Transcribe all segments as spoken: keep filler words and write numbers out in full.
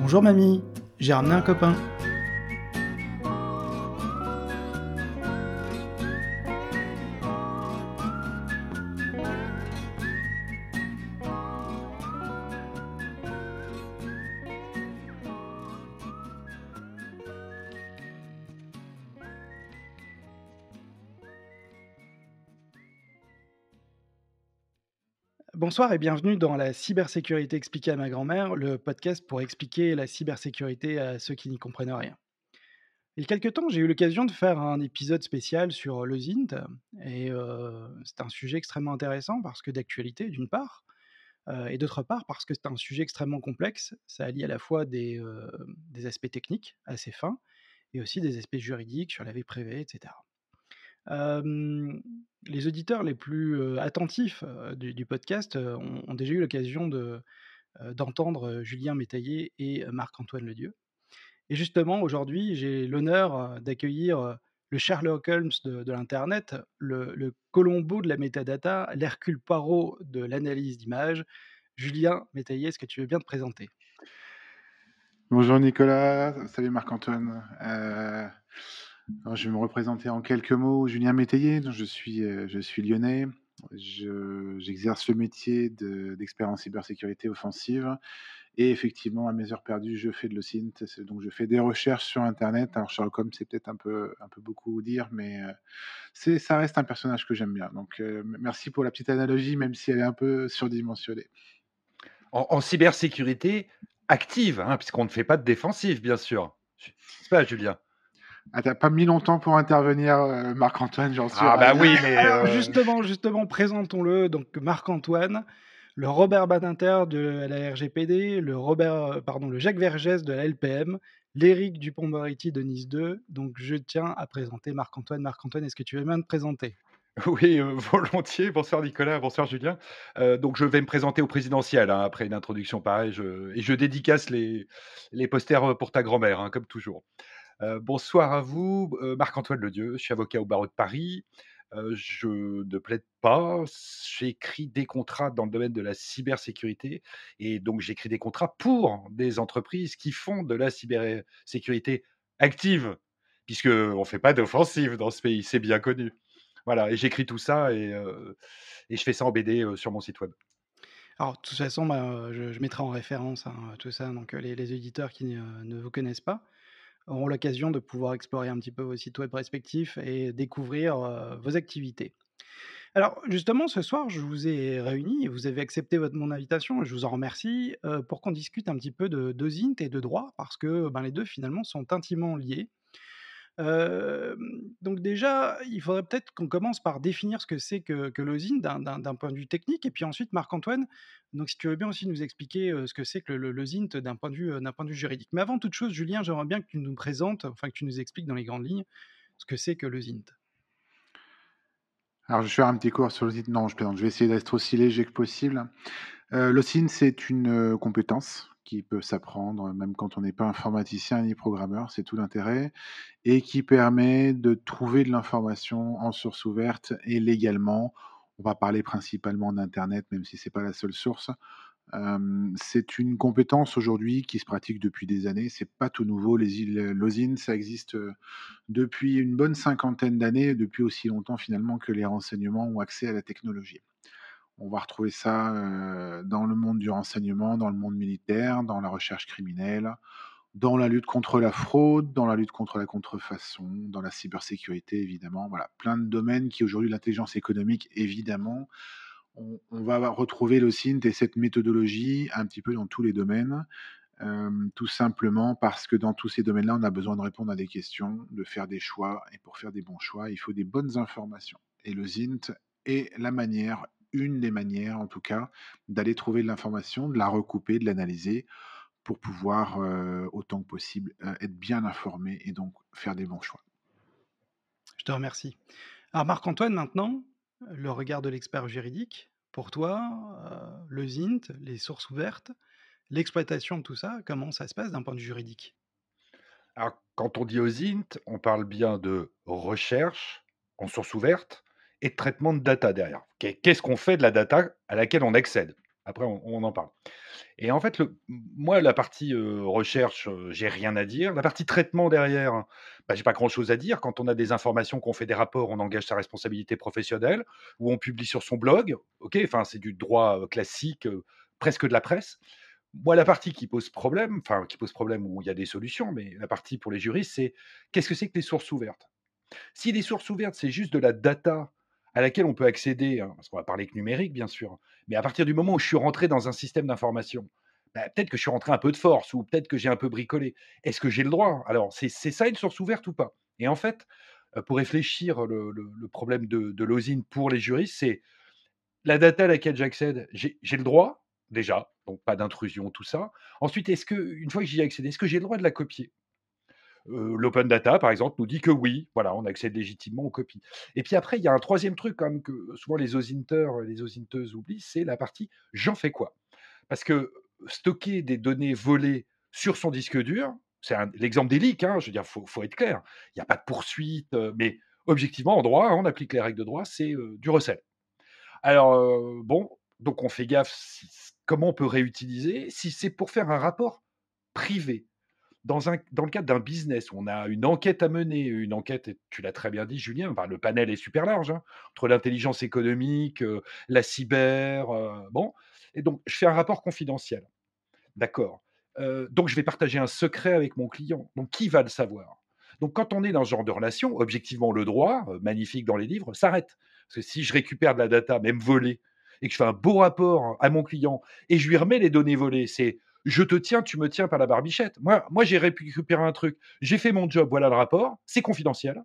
Bonjour mamie, j'ai ramené un copain. Bonsoir et bienvenue dans la cybersécurité expliquée à ma grand-mère, le podcast pour expliquer la cybersécurité à ceux qui n'y comprennent rien. Il y a quelque temps, j'ai eu l'occasion de faire un épisode spécial sur le Z I N T et euh, c'est un sujet extrêmement intéressant parce que d'actualité d'une part, euh, et d'autre part parce que c'est un sujet extrêmement complexe. Ça allie à la fois des, euh, des aspects techniques assez fins et aussi des aspects juridiques sur la vie privée, et cetera. Hem, les auditeurs les plus, heu, attentifs, heu, du du podcast, heu, ont ont déjà eu l'occasion de, heu, d'entendre, heu, Julien Métayer et heu, Marc-Antoine Ledieu. Et justement, aujourd'hui, j'ai l'honneur, heu, d'accueillir, heu, le Sherlock Holmes de de l'internet, le le Colombo de la métadata, l'Hercule Poirot de l'analyse d'images. Julien Métayer, est-ce que tu veux bien te présenter? Bonjour Nicolas, salut Marc-Antoine. Euh, alors, je vais me représenter en quelques mots. Julien Métayer, donc je suis, euh, je suis lyonnais. Je- j'exerce le métier de- d'expert en cybersécurité offensive. Et effectivement, à mes heures perdues, je fais de l'O S I N T. C'est- Donc, je fais des recherches sur Internet. Alors, Sherlock Holmes, c'est peut-être un peu, un peu beaucoup dire, mais euh, c'est, ça reste un personnage que j'aime bien. Donc, euh, merci pour la petite analogie, même si elle est un peu surdimensionnée. En, en cybersécurité active, hein, puisqu'on ne fait pas de défensive, bien sûr. N'est-ce pas, Julien? Ah, t'as pas mis longtemps pour intervenir, euh, Marc-Antoine, j'en suis Ah bah ravi. oui, mais Alors euh, justement, justement, présentons-le, donc Marc-Antoine, le Robert Badinter de la R G P D, le Robert, euh, pardon, le Jacques Vergès de la L P M, l'Éric Dupond-Moretti de Nice deux. Donc je tiens à présenter Marc-Antoine. Marc-Antoine, est-ce que tu veux bien te présenter? oui, euh, volontiers. Bonsoir Nicolas, bonsoir Julien. Euh, donc je vais me présenter au présidentiel hein, après une introduction pareille. Je, et je dédicace les, les posters pour ta grand-mère, hein, comme toujours. Euh, bonsoir à vous, euh, Marc-Antoine Ledieu, je suis avocat au barreau de Paris. Euh, je ne plaide pas, j'écris des contrats dans le domaine de la cybersécurité et donc j'écris des contrats pour des entreprises qui font de la cybersécurité active, puisqu'on ne fait pas d'offensive dans ce pays, c'est bien connu. Voilà, et j'écris tout ça et, euh, et je fais ça en B D euh, sur mon site web. Alors, de toute façon, bah, euh, je, je mettrai en référence hein, tout ça, donc euh, les, les auditeurs qui euh, ne vous connaissent pas auront l'occasion de pouvoir explorer un petit peu vos sites web respectifs et découvrir euh, vos activités. Alors justement, ce soir, je vous ai réunis et vous avez accepté votre mon invitation et je vous en remercie, heu, pour qu'on discute un petit peu de de Z I N T et de droit parce que, ben, les deux finalement sont intimement liés. Hem, donc déjà, il faudrait peut-être qu'on commence par définir ce que c'est que que le Z I N d'un d'un d'un point de vue technique et puis ensuite Marc-Antoine, donc si tu veux bien aussi nous expliquer, heu, ce que c'est que le le le Z I N T d'un point de vue, heu, d'un point de vue juridique. Mais avant toute chose, Julien, j'aimerais bien que tu nous présentes, enfin que tu nous expliques dans les grandes lignes, ce que c'est que le Z I N T. Alors, je vais faire un petit cours sur le site. Non, je plaisante. Je vais essayer d'être aussi léger que possible. Euh, le S I N, c'est une euh, compétence qui peut s'apprendre, même quand on n'est pas informaticien ni programmeur, c'est tout l'intérêt, et qui permet de trouver de l'information en source ouverte et légalement. On va parler principalement d'Internet, même si c'est pas la seule source. Euh, c'est une compétence aujourd'hui qui se pratique depuis des années. C'est pas tout nouveau. Les îles l'O S I N, ça existe euh, depuis une bonne cinquantaine d'années, depuis aussi longtemps finalement que les renseignements ont accès à la technologie. On va retrouver ça euh, dans le monde du renseignement, dans le monde militaire, dans la recherche criminelle, dans la lutte contre la fraude, dans la lutte contre la contrefaçon, dans la cybersécurité évidemment. Voilà, plein de domaines qui aujourd'hui, l'intelligence économique évidemment, on, on va retrouver le S I N T et cette méthodologie un petit peu dans tous les domaines. Euh, tout simplement parce que dans tous ces domaines-là, on a besoin de répondre à des questions, de faire des choix, et pour faire des bons choix, il faut des bonnes informations. Et le S I N T est la manière, une des manières en tout cas, d'aller trouver de l'information, de la recouper, de l'analyser, pour pouvoir, euh, autant que possible, euh, être bien informé et donc faire des bons choix. Je te remercie. Alors Marc-Antoine, maintenant, le regard de l'expert juridique, pour toi, heu, le Z I N T, les sources ouvertes, l'exploitation de tout ça, comment ça se passe d'un point de vue juridique? Alors, quand on dit O S I N T, on parle bien de recherche en source ouverte et de traitement de data derrière. Qu'est- Qu'est-ce qu'on fait de la data à laquelle on accède? Après, on, on en parle. Et en fait, le, moi, la partie euh, recherche, euh, j'ai rien à dire. La partie traitement derrière, bah, j'ai pas grand-chose à dire. Quand on a des informations, qu'on fait des rapports, on engage sa responsabilité professionnelle, ou on publie sur son blog. Ok, enfin, c'est du droit euh, classique, euh, presque de la presse. Moi, la partie qui pose problème, enfin, qui pose problème où il y a des solutions, mais la partie pour les juristes, c'est qu'est-ce que c'est que les sources ouvertes? Si les sources ouvertes, c'est juste de la data à laquelle on peut accéder, hein, parce qu'on va parler que numérique, bien sûr, mais à partir du moment où je suis rentré dans un système d'information, bah, peut-être que je suis rentré un peu de force ou peut-être que j'ai un peu bricolé. Est-ce que j'ai le droit? Alors, c'est c'est ça une source ouverte ou pas? Et en fait, euh, pour réfléchir, le, le- le problème de, de l'O S I N pour les juristes, c'est la data à laquelle j'accède, j'ai j'ai le droit, déjà, donc pas d'intrusion, tout ça. Ensuite, est-ce que, une fois que j'y ai accédé, est-ce que j'ai le droit de la copier? Euh, L'open data, par exemple, nous dit que oui, voilà, on accède légitimement aux copies. Et puis après, il y a un troisième truc quand même que souvent les osinteurs, les osinteuses oublient, c'est la partie j'en fais quoi? Parce que stocker des données volées sur son disque dur, c'est un- l'exemple des leaks, hein, je veux dire, faut, faut être clair. Il n'y a pas de poursuite, euh, mais objectivement, en droit, hein, on applique les règles de droit, c'est euh, du recel. Alors, euh, bon, donc on fait gaffe, si- comment on peut réutiliser? Si c'est pour faire un rapport privé, dans, un, dans le cadre d'un business où on a une enquête à mener, une enquête, et tu l'as très bien dit, Julien, enfin, le panel est super large, hein, entre l'intelligence économique, euh, la cyber, euh, bon, et donc je fais un rapport confidentiel, d'accord. Euh, donc je vais partager un secret avec mon client. Donc qui va le savoir? Donc quand on est dans ce genre de relation, objectivement le droit, euh, magnifique dans les livres, s'arrête. Parce que si je récupère de la data, même volée, et que je fais un beau rapport à mon client, et je lui remets les données volées, c'est je te tiens, tu me tiens par la barbichette. Moi, moi j'ai récupéré un truc, j'ai fait mon job, voilà le rapport, c'est confidentiel.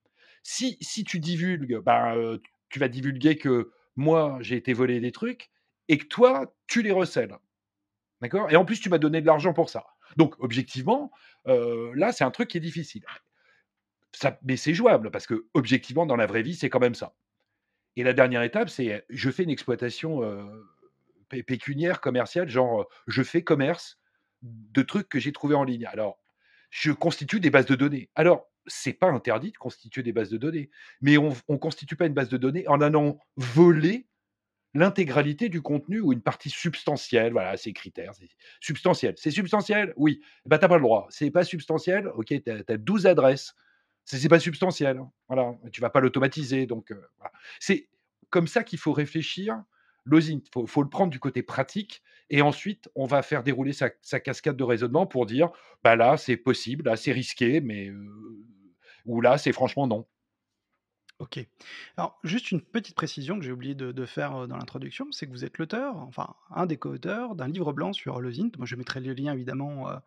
Si, si tu divulgues, ben, euh, tu vas divulguer que moi j'ai été volé des trucs, et que toi, tu les recèles. D'accord? Et en plus, tu m'as donné de l'argent pour ça. Donc, objectivement, heu, là, c'est un truc qui est difficile. Ça mais c'est jouable parce que objectivement, dans la vraie vie, c'est quand même ça. Et la dernière étape, c'est je fais une exploitation, heu, pé pécuniaire, commerciale, genre, heu, je fais commerce de trucs que j'ai trouvés en ligne. Alors, je constitue des bases de données. Alors, c'est pas interdit de constituer des bases de données, mais on on constitue pas une base de données en allant voler l'intégralité du contenu ou une partie substantielle, voilà, c'est critères, c'est substantiel. C'est substantiel? Oui. Bah, tu as pas le droit. C'est pas substantiel? OK, tu as douze adresses. C'est c'est pas substantiel. Voilà, tu vas pas l'automatiser donc heu, voilà. C'est comme ça qu'il faut réfléchir l'O S I N T. Faut faut le prendre du côté pratique et ensuite on va faire dérouler sa sa cascade de raisonnement pour dire: «Bah, là, c'est possible, là, c'est risqué, mais heu, ou là, c'est franchement non». OK. Alors, juste une petite précision que j'ai oublié de de faire, heu, dans l'introduction, c'est que vous êtes l'auteur, enfin un des co-auteurs d'un livre blanc sur le Zint. Moi, je mettrai le lien évidemment, heu,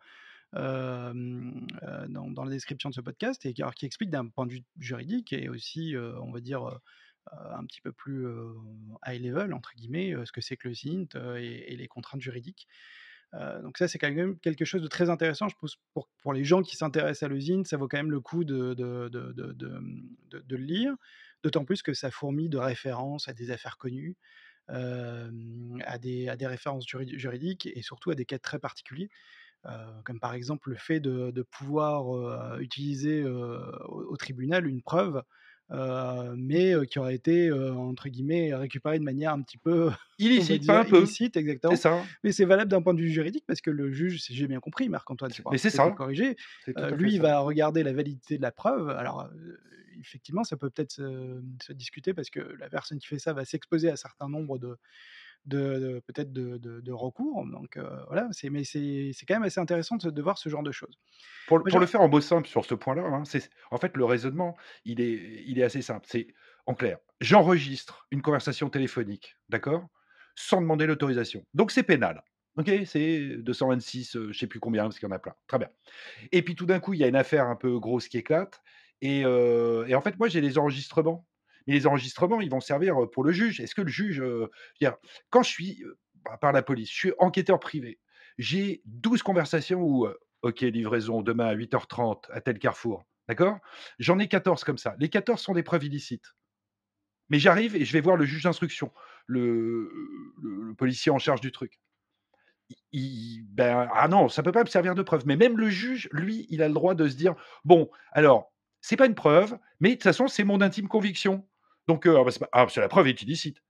hem, heu, dans dans la description de ce podcast et qui alors qui explique d'un point de vue juridique et aussi, heu, on va dire, heu heu, un petit peu plus, heu, «high level» entre guillemets, heu, ce que c'est que le Zint, heu et et les contraintes juridiques. Heu, donc ça, c'est quand même quelque chose de très intéressant. Je pense pour pour les gens qui s'intéressent à l'usine, ça vaut quand même le coup de de de de de, mmh, de de le lire. D'autant plus que ça fourmille de références à des affaires connues, hem, à des à des références juri juridiques et surtout à des cas très particuliers, heu, comme par exemple le fait de de pouvoir, heu, utiliser, heu, au au tribunal une preuve, heu, mais heu, qui aurait été, heu, entre guillemets «récupérée» de manière un petit peu, on va Illicite, pas dire un peu. illicite, C'est exactement. ça, Mais c'est valable d'un point de vue juridique parce que le juge, si j'ai bien compris, Marc-Antoine, tu pourras mais c'est peut-être me ça, corriger, c'est tout heu, à fait lui, il ça. va regarder la validité de la preuve. Alors, heu, effectivement, ça peut peut-être se se discuter parce que la personne qui fait ça va s'exposer à un certain nombre de de de peut-être de de de recours. Donc, heu, voilà, c'est mais c'est c'est quand même assez intéressant de de voir ce genre de choses. Pour le Moi, pour j'ai le faire en mot simple sur ce point-là, hein, c'est en fait, le raisonnement, il est il est assez simple. C'est en clair, j'enregistre une conversation téléphonique, d'accord? Sans demander l'autorisation. Donc c'est pénal. OK? C'est deux cent vingt-six, heu, je sais plus combien, parce qu'il y en a plein. Très bien. Et puis tout d'un coup, il y a une affaire un peu grosse qui éclate et heu et en fait, moi, j'ai les enregistrements. Et les enregistrements, ils vont servir, heu, pour le juge. Est-ce que le juge, heu, je veux dire, quand je suis, heu, bah, par la police, je suis enquêteur privé, j'ai douze conversations où, heu, OK, livraison demain à huit heures trente à tel carrefour, d'accord? J'en ai quatorze comme ça. Les quatorze sont des preuves illicites. Mais j'arrive et je vais voir le juge d'instruction, le le le policier en charge du truc. I i ben, ah non, ça peut pas me servir de preuve. Mais même le juge, lui, il a le droit de se dire: «Bon, alors, c'est pas une preuve, mais de toute façon, c'est mon intime conviction. Donc, heu, ah bah, c'est pas ah, parce que la preuve est illicite».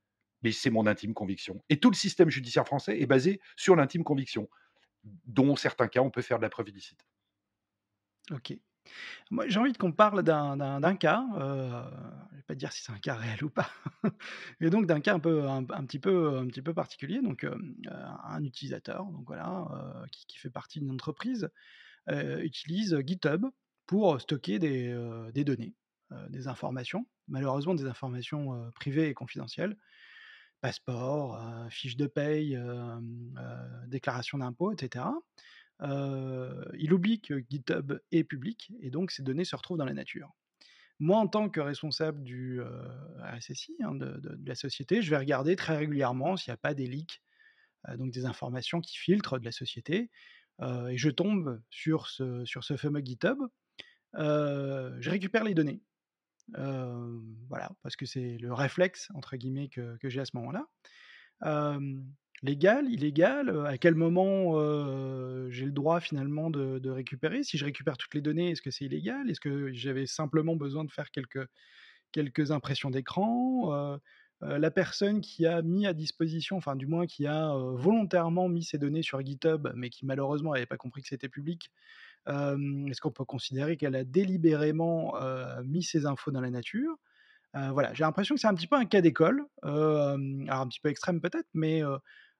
mais c'est mon intime conviction. Et tout le système judiciaire français est basé sur l'intime conviction, dont certains cas, on peut faire de la preuve illicite. OK. Moi, j'ai envie qu'on parle d'un d'un d'un cas, heu, je vais pas te dire si c'est un cas réel ou pas, et donc d'un cas un peu un un petit peu un petit peu particulier, donc hem, heu, un utilisateur, donc voilà, heu, qui qui fait partie d'une entreprise, heu, utilise GitHub pour stocker des, heu, des données, heu, des informations, malheureusement des informations, heu, privées et confidentielles, passeport, heu, fiche de paye, hem, heu, déclaration d'impôts et cetera. Heu, il oublie que GitHub est public et donc ces données se retrouvent dans la nature. Moi, en tant que responsable du, heu, R S S I, hein, de de de la société, je vais regarder très régulièrement s'il n'y a pas des leaks, heu, donc des informations qui filtrent de la société, heu et je tombe sur ce sur ce fameux GitHub. Heu, je récupère les données, hem, voilà, parce que c'est le «réflexe» entre guillemets que que j'ai à ce moment-là. Hem, Légal, illégal, heu, à quel moment, heu, j'ai le droit finalement de de récupérer? Si je récupère toutes les données, est-ce que c'est illégal? Est-ce que j'avais simplement besoin de faire quelques quelques impressions d'écran? Heu heu, la personne qui a mis à disposition, enfin du moins qui a, heu, volontairement mis ces données sur GitHub, mais qui malheureusement n'avait pas compris que c'était public, hem, est-ce qu'on peut considérer qu'elle a délibérément, heu, mis ces infos dans la nature? Heu, voilà, j'ai l'impression que c'est un petit peu un cas d'école, hem, alors un petit peu extrême peut-être, mais heu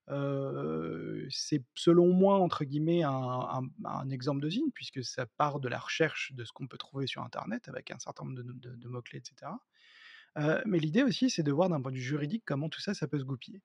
heu, c'est selon moi entre guillemets un un un exemple de zine puisque ça part de la recherche de ce qu'on peut trouver sur internet avec un certain nombre de de de mots-clés et cetera. Heu, mais l'idée aussi, c'est de voir d'un point de vue juridique comment tout ça, ça peut se goupiller.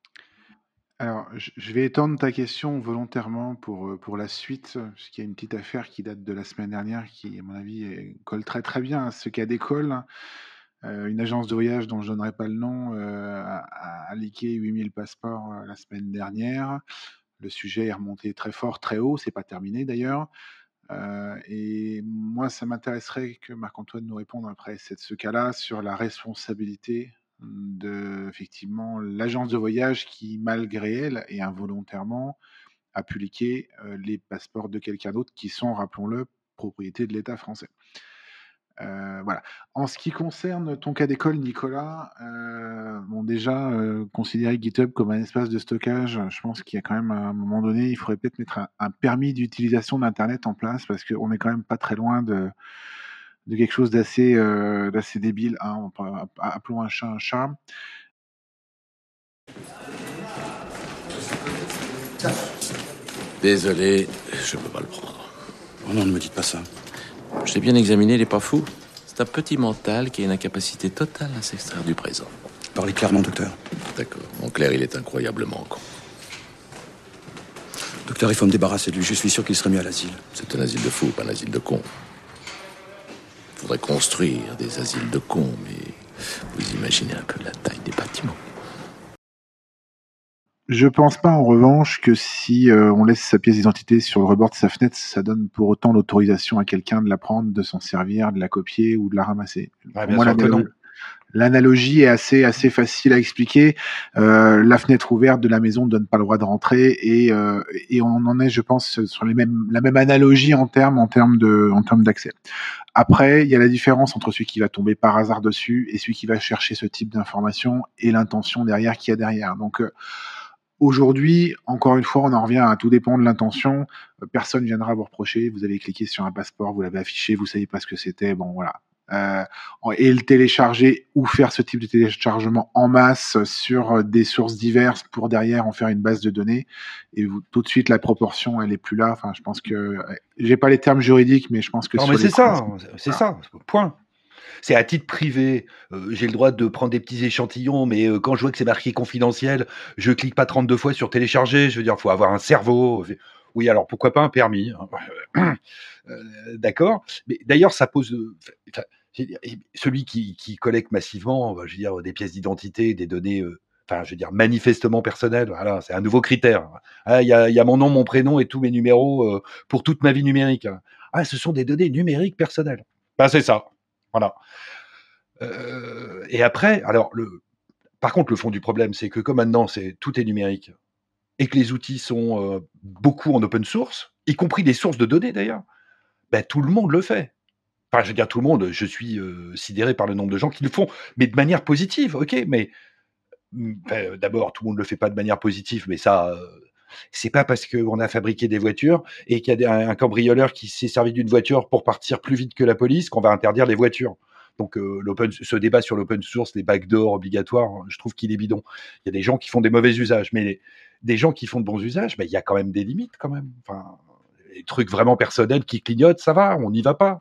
Alors, je je vais étendre ta question volontairement pour, heu, pour la suite, heu, puisqu'il y a une petite affaire qui date de la semaine dernière qui, à mon avis, est colle très, très bien à ce cas d'école. Heu, une agence de voyage dont je donnerai pas le nom, heu, a a a leaké huit mille passeports, heu, la semaine dernière. Le sujet est remonté très fort, très haut, c'est pas terminé d'ailleurs. Heu et moi, ça m'intéresserait que Marc-Antoine nous réponde après cette ce cas-là sur la responsabilité, mmh, de effectivement l'agence de voyage qui, malgré elle et involontairement, a pu leaker, heu, les passeports de quelqu'un d'autre qui sont, rappelons-le, propriété de l'État français. Heu, voilà. En ce qui concerne ton cas d'école, Nicolas, heu, bon déjà, heu, considérer GitHub comme un espace de stockage, je pense qu'il y a quand même à un moment donné, il faudrait peut-être mettre un un permis d'utilisation d'internet en place parce qu'on est quand même pas très loin de de quelque chose d'assez, heu, d'assez débile, hein. On peut app appelons un chat un chat. Désolé, je peux pas le prendre. Oh non, ne me dites pas ça. Je l'ai bien examiné, il est pas fou. C'est un petit mental qui a une incapacité totale à s'extraire du présent. Parlez clairement, docteur. D'accord. Mon clair, il est incroyablement con. Docteur, il faut me débarrasser de lui. Je suis sûr qu'il serait mis à l'asile. C'est un asile de fous, pas un asile de cons. Faudrait construire des asiles de cons, mais vous imaginez un peu la taille des bâtiments. Je pense pas en revanche que si, heu, on laisse sa pièce d'identité sur le rebord de sa fenêtre, ça donne pour autant l'autorisation à quelqu'un de la prendre, de s'en servir, de la copier ou de la ramasser. Ouais, Pour bien moi, sûr que l'analo non. l'analogie est assez assez facile à expliquer. Heu, la fenêtre ouverte de la maison ne donne pas le droit de rentrer et heu et on en est, je pense, sur les mêmes la même analogie en termes en termes de en termes d'accès. Après, il y a la différence entre celui qui va tomber par hasard dessus et celui qui va chercher ce type d'information et l'intention derrière qu'il y a derrière. Donc, heu, aujourd'hui, encore une fois, on en revient à tout dépend de l'intention. Heu, personne viendra vous reprocher, vous avez cliqué sur un passeport, vous l'avez affiché, vous saviez pas ce que c'était, bon voilà. Heu, en et le télécharger ou faire ce type de téléchargement en masse sur, heu, des sources diverses pour derrière en faire une base de données et vous tout de suite la proportion elle est plus là. Enfin je pense que, ouais, j'ai pas les termes juridiques, mais je pense que Non, mais sur les c'est ça, principes, c'est voilà. ça, point. C'est à titre privé, heu, j'ai le droit de prendre des petits échantillons, mais heu, quand je vois que c'est marqué confidentiel, je clique pas trente-deux fois sur télécharger. Je veux dire, faut avoir un cerveau. Oui, alors pourquoi pas un permis, hein? Heu, d'accord, mais d'ailleurs ça pose, heu, enfin, je veux dire, celui qui qui collecte massivement, bah, je veux dire, des pièces d'identité, des données, heu, enfin, je veux dire, manifestement personnelles, voilà, c'est un nouveau critère. Ah, il y a il y a mon nom, mon prénom et tous mes numéros, heu, pour toute ma vie numérique. Ah, ce sont des données numériques personnelles. Bah, c'est ça, voilà. Heu et après, alors le par contre, le fond du problème, c'est que comme maintenant c'est tout est numérique et que les outils sont, heu, beaucoup en open source, y compris des sources de données d'ailleurs, bah, tout le monde le fait. Enfin, je veux dire tout le monde, je suis, heu, sidéré par le nombre de gens qui le font, mais de manière positive, OK, mais Mmh, enfin, d'abord, tout le monde ne le fait pas de manière positive, mais ça, heu, c'est pas parce qu'on a fabriqué des voitures et qu'il y a des un un cambrioleur qui s'est servi d'une voiture pour partir plus vite que la police qu'on va interdire les voitures. Donc heu, l'open ce débat sur l'open source, les backdoors obligatoires, je trouve qu'il est bidon. Il y a des gens qui font des mauvais usages, mais les des gens qui font de bons usages, bah, il y a quand même des limites quand même. Enfin, les trucs vraiment personnels qui clignotent, ça va, on n'y va pas.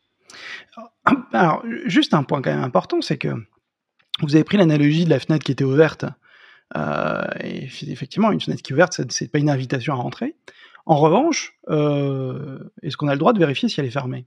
Alors, juste un point quand même important, c'est que vous avez pris l'analogie de la fenêtre qui était ouverte. Euh, et effectivement, une fenêtre qui est ouverte, c'est, c'est pas une invitation à rentrer. En revanche, euh, est-ce qu'on a le droit de vérifier si elle est fermée?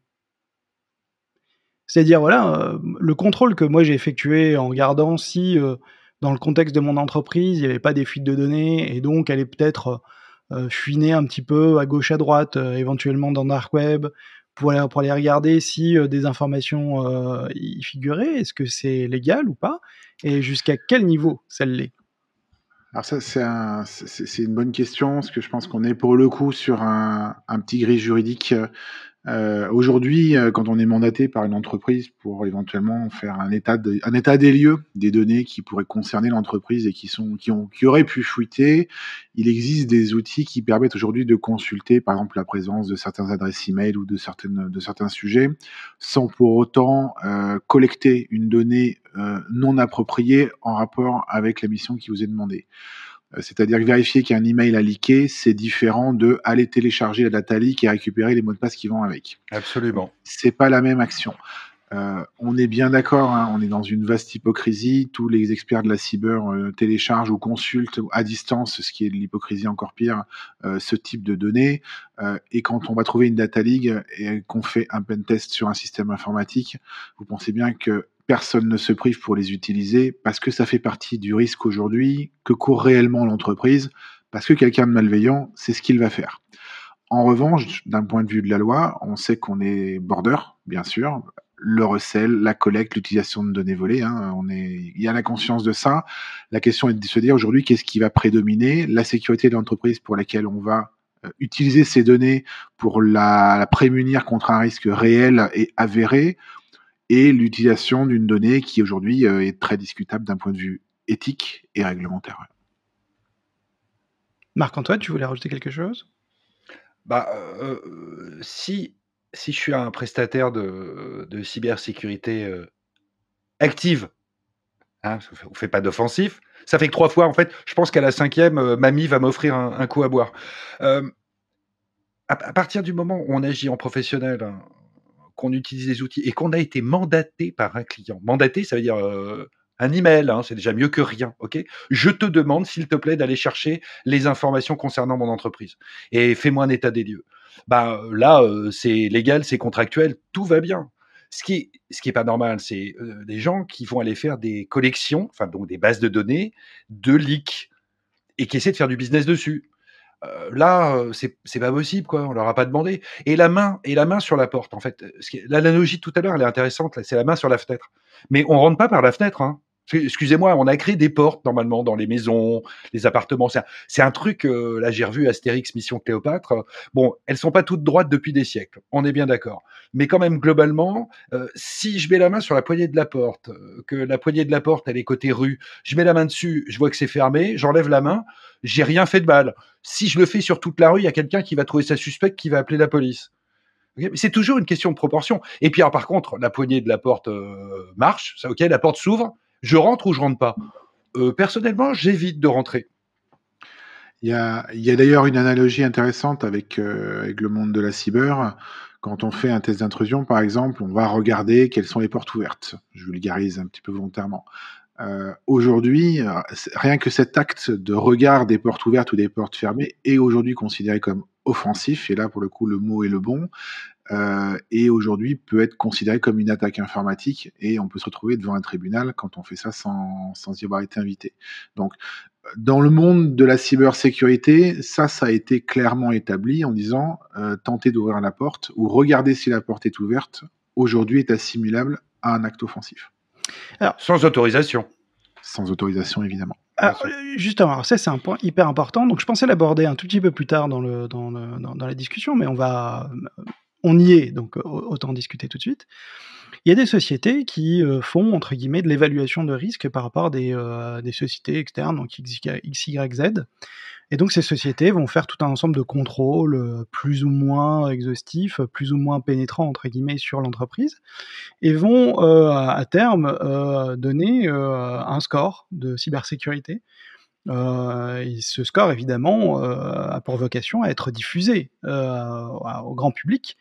C'est-à-dire, voilà, euh, le contrôle que moi j'ai effectué en regardant si, euh, dans le contexte de mon entreprise, il n'y avait pas des fuites de données, et donc elle est peut-être euh, fuinée un petit peu à gauche, à droite, euh, éventuellement dans Dark Web, pour aller, pour aller regarder si euh, des informations euh, y figuraient. Est-ce que c'est légal ou pas? Et jusqu'à quel niveau ça l'est? Alors ça, c'est un c'est c'est une bonne question, parce que je pense qu'on est pour le coup sur un un petit gris juridique. Heu, aujourd'hui, heu, quand on est mandaté par une entreprise pour éventuellement faire un état de un état des lieux des données qui pourraient concerner l'entreprise et qui sont qui ont qui auraient pu fuiter, il existe des outils qui permettent aujourd'hui de consulter, par exemple, la présence de certaines adresses email ou de certaines de certains sujets, sans pour autant, heu, collecter une donnée, heu, non appropriée en rapport avec la mission qui vous est demandée. Heu, c'est-à-dire que vérifier qu'un email a leaké, c'est différent de aller télécharger la data leak et récupérer les mots de passe qui vont avec. Donc Absolument. c'est pas la même action. Heu, on est bien d'accord, hein, on est dans une vaste hypocrisie. Tous les experts de la cyber, heu, téléchargent ou consultent à distance, ce qui est de l'hypocrisie encore pire, heu, ce type de données. Heu et quand on va trouver une data leak et qu'on fait un pen test sur un système informatique, vous pensez bien que personne ne se prive pour les utiliser parce que ça fait partie du risque aujourd'hui que court réellement l'entreprise, parce que quelqu'un de malveillant, c'est ce qu'il va faire. En revanche, d'un point de vue de la loi, on sait qu'on est border, bien sûr, le recel, la collecte, l'utilisation de données volées, hein, on est il y a la conscience de ça. La question est de se dire aujourd'hui qu'est-ce qui va prédominer? La sécurité de l'entreprise pour laquelle on va, heu, utiliser ces données pour la la prémunir contre un risque réel et avéré, et l'utilisation d'une donnée qui aujourd'hui, heu, est très discutable d'un point de vue éthique et réglementaire, ouais. Marc-Antoine, tu voulais rajouter quelque chose? Bah, heu, si si je suis un prestataire de de cybersécurité, heu, active, hein, parce qu'on fait on fait pas d'offensif, ça fait que trois fois, en fait, je pense qu'à la cinquième, heu, mamie va m'offrir un un coup à boire. Hem, à à partir du moment où on agit en professionnel, hein, qu'on utilise des outils et qu'on a été mandaté par un client. Mandaté, ça veut dire, heu, un email, hein, c'est déjà mieux que rien, OK? Je te demande, s'il te plaît, d'aller chercher les informations concernant mon entreprise et fais-moi un état des lieux. Bah, heu, là, heu, c'est légal, c'est contractuel, tout va bien. Ce qui est ce qui est pas normal, c'est, heu, des gens qui vont aller faire des collections, enfin donc des bases de données, de leaks et qui essaient de faire du business dessus. Heu, là, heu, c'est c'est pas possible, quoi, on leur a pas demandé et la main et la main sur la porte, en fait, heu, ce qui est l'analogie de tout à l'heure, elle est intéressante, là, c'est la main sur la fenêtre. Mais on rentre pas par la fenêtre, hein. Parce excusez-moi, on a créé des portes normalement dans les maisons, les appartements. C'est un c'est un truc, heu, là, j'ai revu Astérix Mission Cléopâtre, heu, bon, elles sont pas toutes droites depuis des siècles, on est bien d'accord. Mais quand même, globalement, heu, si je mets la main sur la poignée de la porte, heu, que la poignée de la porte, elle est côté rue, je mets la main dessus, je vois que c'est fermé, j'enlève la main, j'ai rien fait de mal. Si je le fais sur toute la rue, il y a quelqu'un qui va trouver ça suspect, qui va appeler la police. OK? Mais c'est toujours une question de proportion. Et puis alors par contre, la poignée de la porte, heu, marche, ça OK, la porte s'ouvre, je rentre ou je rentre pas? Heu, personnellement, j'évite de rentrer. Il y a il y a d'ailleurs une analogie intéressante avec, heu, avec le monde de la cyber. Quand on fait un test d'intrusion, par exemple, on va regarder quelles sont les portes ouvertes. Je vulgarise un petit peu volontairement. Heu, aujourd'hui, heu, c rien que cet acte de regard des portes ouvertes ou des portes fermées est aujourd'hui considéré comme offensif, et là, pour le coup, le mot est le bon, heu et aujourd'hui peut être considéré comme une attaque informatique, et on peut se retrouver devant un tribunal quand on fait ça sans sans y avoir été invité. Donc, heu, dans le monde de la cybersécurité, ça, ça a été clairement établi en disant, heu, tenter d'ouvrir la porte ou regarder si la porte est ouverte, aujourd'hui est assimilable à un acte offensif. Alors, Sans autorisation, Sans autorisation, évidemment. bien alors, sûr. heu, justement, alors ça, c'est un point hyper important. Donc je pensais l'aborder un tout petit peu plus tard dans le dans le dans dans la discussion, mais on va, hem, on y est, donc au autant en discuter tout de suite. Il y a des sociétés qui euh, font, entre guillemets, de l'évaluation de risque par rapport à des, euh, des sociétés externes, donc X Y Z. Et donc ces sociétés vont faire tout un ensemble de contrôles euh, plus ou moins exhaustifs, plus ou moins pénétrants, entre guillemets, sur l'entreprise, et vont euh, à, à terme euh, donner euh, un score de cybersécurité. Euh, et ce score, évidemment, euh, a pour vocation à être diffusé euh, au grand public.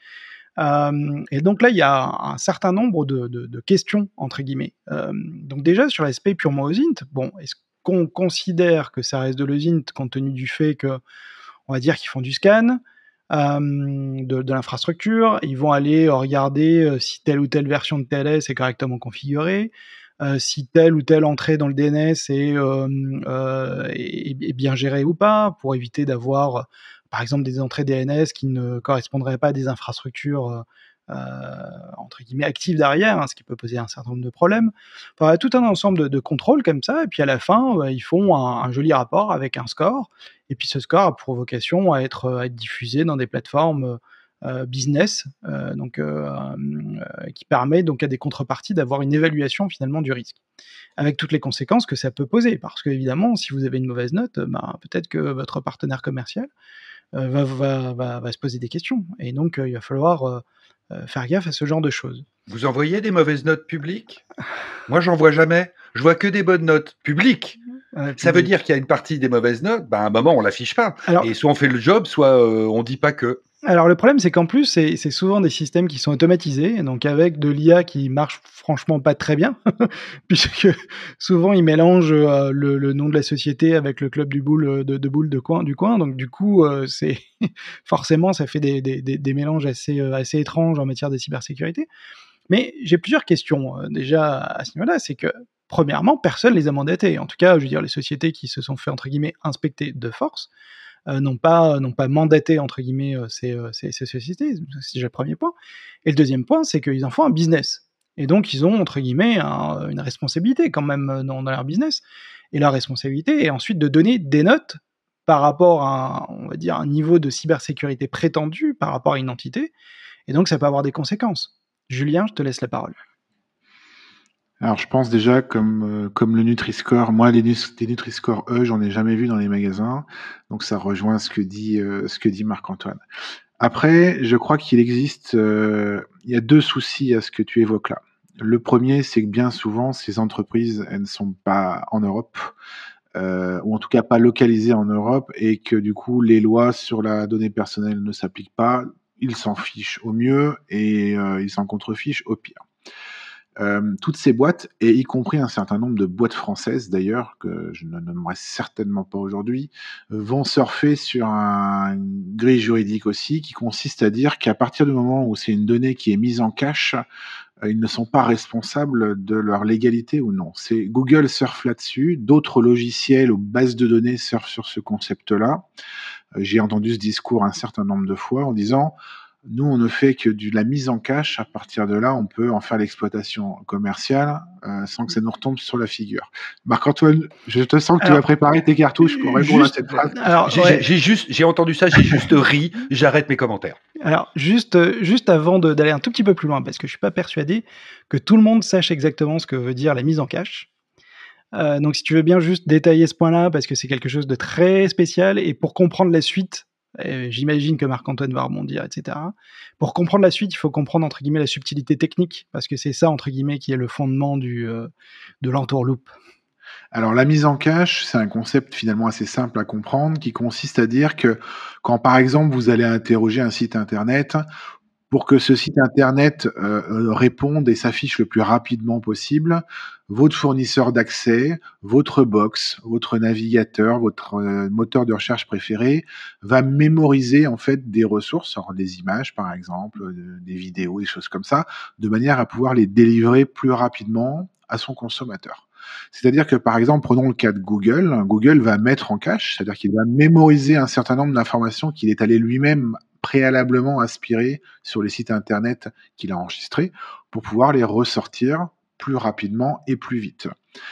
Euh, et donc là, il y a un certain nombre de, de, de questions, entre guillemets. Euh, donc déjà, sur l'aspect purement O S I N T, bon, est-ce qu'on considère que ça reste de l'O S I N T compte tenu du fait que, on va dire qu'ils font du scan euh, de, de l'infrastructure, ils vont aller regarder euh, si telle ou telle version de T L S est correctement configurée, euh, si telle ou telle entrée dans le D N S est, euh, euh, est, est bien gérée ou pas, pour éviter d'avoir, par exemple, des entrées D N S qui ne correspondraient pas à des infrastructures euh, entre guillemets actives derrière, hein, ce qui peut poser un certain nombre de problèmes. Enfin, il y a tout un ensemble de, de contrôles comme ça, et puis à la fin, euh, ils font un, un joli rapport avec un score, et puis ce score a pour vocation à être, à être diffusé dans des plateformes euh, business, euh, donc, euh, euh, qui permet donc à des contreparties d'avoir une évaluation finalement du risque, avec toutes les conséquences que ça peut poser, parce que évidemment, si vous avez une mauvaise note, bah, peut-être que votre partenaire commercial euh, va, va, va, va se poser des questions, et donc euh, il va falloir euh, euh, faire gaffe à ce genre de choses. Vous envoyez des mauvaises notes publiques? Moi, j'en vois jamais. Je vois que des bonnes notes publiques. Euh, Ça veut public. dire qu'il y a une partie des mauvaises notes, bah, à un moment, on l'affiche pas. Alors, Et soit on fait le job, soit euh, on dit pas que. Alors le problème, c'est qu'en plus, c'est c'est souvent des systèmes qui sont automatisés, donc avec de l'I A qui marche franchement pas très bien, puisque souvent ils mélangent euh, le, le nom de la société avec le club du boule de, de boule de coin du coin, donc du coup, euh, c'est forcément ça fait des, des, des, des mélanges assez euh, assez étranges en matière de cybersécurité. Mais j'ai plusieurs questions euh, déjà à ce niveau-là, c'est que premièrement, personne les a mandatés. En tout cas, je veux dire, les sociétés qui se sont fait entre guillemets inspecter de force. Euh, n'ont pas n'ont pas mandaté entre guillemets euh, ces, euh, ces, ces sociétés. C'est déjà le premier point. Et le deuxième point, c'est qu'ils en font un business. Et donc ils ont entre guillemets un, une responsabilité quand même dans, dans leur business. Et leur responsabilité est ensuite de donner des notes par rapport à, on va dire, un niveau de cybersécurité prétendu par rapport à une entité. Et donc ça peut avoir des conséquences. Julien, je te laisse la parole. Alors, je pense déjà, comme, euh, comme le Nutri-Score, moi, les, nus- les Nutri-Score E, j'en ai jamais vu dans les magasins. Donc, ça rejoint ce que dit, euh, ce que dit Marc-Antoine. Après, je crois qu'il existe, euh, il y a deux soucis à ce que tu évoques là. Le premier, c'est que bien souvent, ces entreprises, elles ne sont pas en Europe, euh, ou en tout cas pas localisées en Europe, et que du coup, les lois sur la donnée personnelle ne s'appliquent pas. Ils s'en fichent au mieux et euh, ils s'en contrefichent au pire. Euh, toutes ces boîtes, et y compris un certain nombre de boîtes françaises d'ailleurs, que je ne nommerai certainement pas aujourd'hui, vont surfer sur un- une grille juridique aussi qui consiste à dire qu'à partir du moment où c'est une donnée qui est mise en cache, euh, ils ne sont pas responsables de leur légalité ou non. C'est Google surfe là-dessus, d'autres logiciels ou bases de données surfent sur ce concept-là. Euh, J'ai entendu ce discours un certain nombre de fois en disant nous, on ne fait que de la mise en cache. À partir de là, on peut en faire l'exploitation commerciale euh, sans que ça nous retombe sur la figure. Marc-Antoine, je te sens que tu Alors, vas préparer tes cartouches pour répondre juste- à cette phrase. Alors, J'ai ouais. j'ai- j'ai juste, j'ai entendu ça, j'ai juste ri, j'arrête mes commentaires. Alors, juste, euh, juste avant de- d'aller un tout petit peu plus loin, parce que je suis pas persuadé que tout le monde sache exactement ce que veut dire la mise en cache. Euh, donc, si tu veux bien juste détailler ce point-là, parce que c'est quelque chose de très spécial, et pour comprendre la suite, euh, j'imagine que Marc-Antoine va rebondir, et cetera. Pour comprendre la suite, il faut comprendre entre guillemets la subtilité technique, parce que c'est ça entre guillemets qui est le fondement du euh, de l'entourloupe. Alors, la mise en cache, c'est un concept finalement assez simple à comprendre qui consiste à dire que quand, par exemple, vous allez interroger un site internet, pour que ce site internet euh, euh, réponde et s'affiche le plus rapidement possible, votre fournisseur d'accès, votre box, votre navigateur, votre euh, moteur de recherche préféré va mémoriser en fait des ressources, alors des images par exemple, euh, des vidéos, des choses comme ça, de manière à pouvoir les délivrer plus rapidement à son consommateur. C'est-à-dire que par exemple, prenons le cas de Google, Google va mettre en cache, c'est-à-dire qu'il va mémoriser un certain nombre d'informations qu'il est allé lui-même préalablement aspirer sur les sites internet qu'il a enregistrés pour pouvoir les ressortir plus rapidement et plus vite.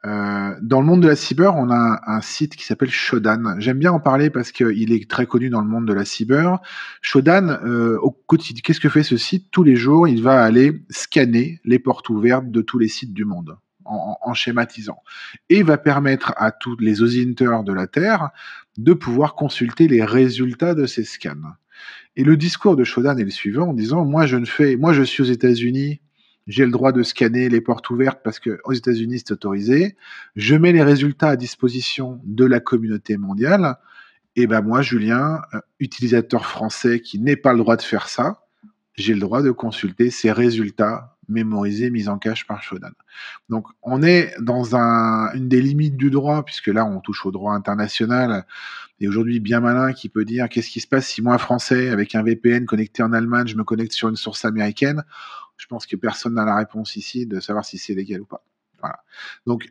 Heu, dans le monde de la cyber, on a un un site qui s'appelle Shodan. J'aime bien en parler parce qu'il est très connu dans le monde de la cyber. Shodan, heu, au quotidien, qu'est-ce que fait ce site? Tous les jours, il va aller scanner les portes ouvertes de tous les sites du monde, en en en schématisant, et il va permettre à tous les auditeurs de la Terre de pouvoir consulter les résultats de ces scans. Et le discours de Shodan est le suivant, en disant: «Moi, je ne fais moi, je suis aux États-Unis, j'ai le droit de scanner les portes ouvertes parce qu'aux États-Unis, c'est autorisé. Je mets les résultats à disposition de la communauté mondiale. Et ben moi, Julien, euh, utilisateur français qui n'ai pas le droit de faire ça, j'ai le droit de consulter ces résultats mémorisés, mis en cache par Shodan.» Donc, on est dans un, une des limites du droit, puisque là, on touche au droit international. Et aujourd'hui, bien malin qui peut dire: qu'est-ce qui se passe si moi, Français, avec un V P N connecté en Allemagne, je me connecte sur une source américaine? Je pense que personne n'a la réponse ici de savoir si c'est légal ou pas. Voilà. Donc,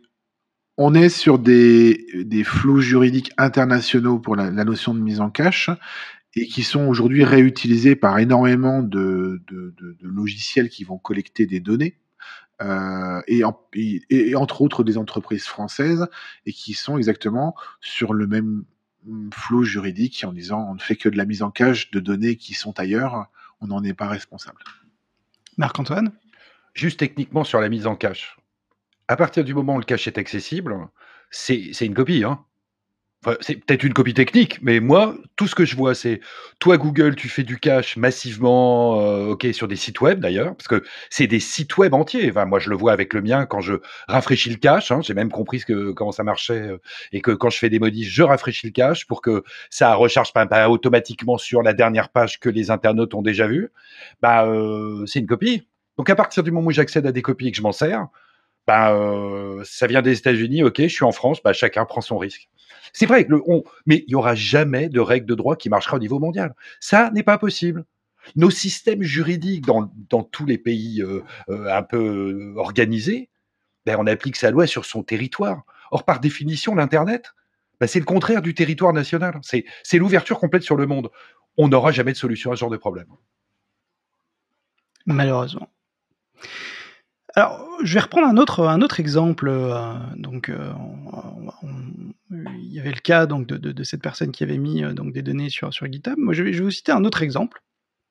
on est sur des, des flous juridiques internationaux pour la, la notion de mise en cache, et qui sont aujourd'hui réutilisés par énormément de, de, de- de logiciels qui vont collecter des données, euh, et, en- et- et entre autres des entreprises françaises, et qui sont exactement sur le même mm, flou juridique, en disant on ne fait que de la mise en cache de données qui sont ailleurs, on n'en est pas responsable. Marc-Antoine? Juste techniquement sur la mise en cache. À partir du moment où le cache est accessible, c'est c'est une copie, hein. Enfin, c'est peut-être une copie technique, mais moi, tout ce que je vois, c'est toi, Google, tu fais du cache massivement, euh, ok, sur des sites web d'ailleurs, parce que c'est des sites web entiers. Enfin, moi, je le vois avec le mien quand je rafraîchis le cache. Hein, j'ai même compris ce que, comment ça marchait, euh, et que quand je fais des modifs, je rafraîchis le cache pour que ça recharge pas, pas automatiquement sur la dernière page que les internautes ont déjà vue. Bah, euh, c'est une copie. Donc, à partir du moment où j'accède à des copies et que je m'en sers, bah, euh, ça vient des États-Unis, ok, je suis en France, bah, chacun prend son risque. C'est vrai, que le, on, mais il n'y aura jamais de règle de droit qui marchera au niveau mondial. Ça n'est pas possible. Nos systèmes juridiques dans, dans tous les pays euh, euh, un peu euh, organisés, ben, on applique sa loi sur son territoire. Or, par définition, l'Internet, ben, c'est le contraire du territoire national. C'est, c'est l'ouverture complète sur le monde. On n'aura jamais de solution à ce genre de problème. Malheureusement. Alors, je vais reprendre un autre, un autre exemple. euh, donc, euh, on- on- il y avait le cas donc, de, de- de cette personne qui avait mis euh, donc, des données sur, sur GitHub. Moi, je vais, je vais vous citer un autre exemple.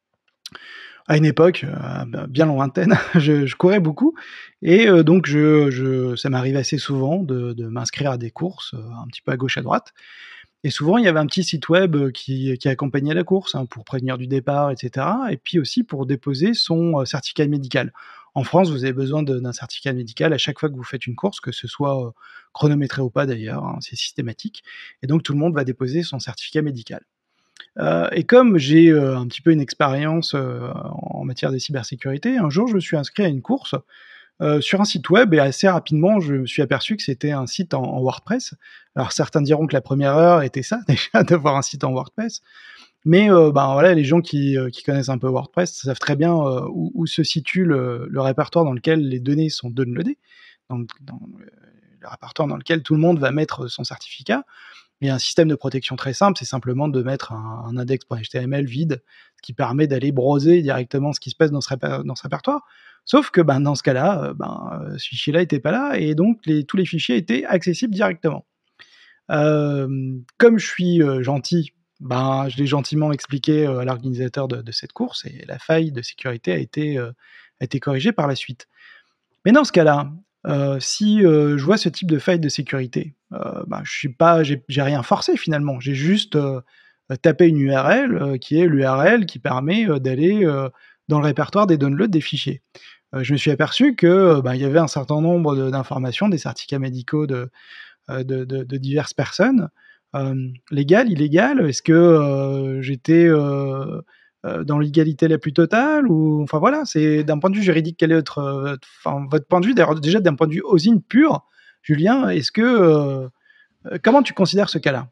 À une époque euh, bien lointaine, je, je courais beaucoup. Et euh, donc, je, je, ça m'arrive assez souvent de, de m'inscrire à des courses, euh, un petit peu à gauche, à droite. Et souvent, il y avait un petit site web euh, qui, qui accompagnait la course, hein, pour prévenir du départ, et cetera. Et puis aussi pour déposer son euh, certificat médical. En France, vous avez besoin de- d'un certificat médical à chaque fois que vous faites une course, que ce soit euh, chronométré ou pas d'ailleurs, hein, c'est systématique. Et donc tout le monde va déposer son certificat médical. Euh, et comme j'ai euh, un petit peu une expérience euh, en matière de cybersécurité, un jour je me suis inscrit à une course euh, sur un site web, et assez rapidement, je me suis aperçu que c'était un site en, en WordPress. Alors certains diront que la première heure était ça, déjà, d'avoir un site en WordPress. Mais euh, ben, voilà, les gens qui, euh, qui connaissent un peu WordPress savent très bien euh, où, où se situe le, le répertoire dans lequel les données sont downloadées, donc dans le, le répertoire dans lequel tout le monde va mettre son certificat. Il y a un système de protection très simple, c'est simplement de mettre un, un index.html vide, ce qui permet d'aller browser directement ce qui se passe dans ce, réper- dans ce répertoire. Sauf que ben, dans ce cas-là, euh, ben, euh, ce fichier-là n'était pas là, et donc les, tous les fichiers étaient accessibles directement. Euh, comme je suis euh, gentil, ben, je l'ai gentiment expliqué euh, à l'organisateur de, de cette course, et la faille de sécurité a été, euh, a été corrigée par la suite. Mais dans ce cas-là, euh, si euh, je vois ce type de faille de sécurité, euh, bah, je suis pas, j'ai, j'ai rien forcé finalement. J'ai juste euh, tapé une U R L euh, qui est l'U R L qui permet euh, d'aller euh, dans le répertoire des downloads des fichiers. Euh, je me suis aperçu que euh, bah, il y avait un certain nombre de- d'informations, des certificats médicaux de, euh, de, de- de diverses personnes. Euh, légal, illégal, est-ce que euh, j'étais euh, euh, dans l'égalité la plus totale, ou enfin voilà, c'est d'un point de vue juridique, quel est votre, euh, enfin, votre point de vue, d'ailleurs, déjà d'un point de vue O S I N pur, Julien, est-ce que euh, euh, comment tu considères ce cas-là?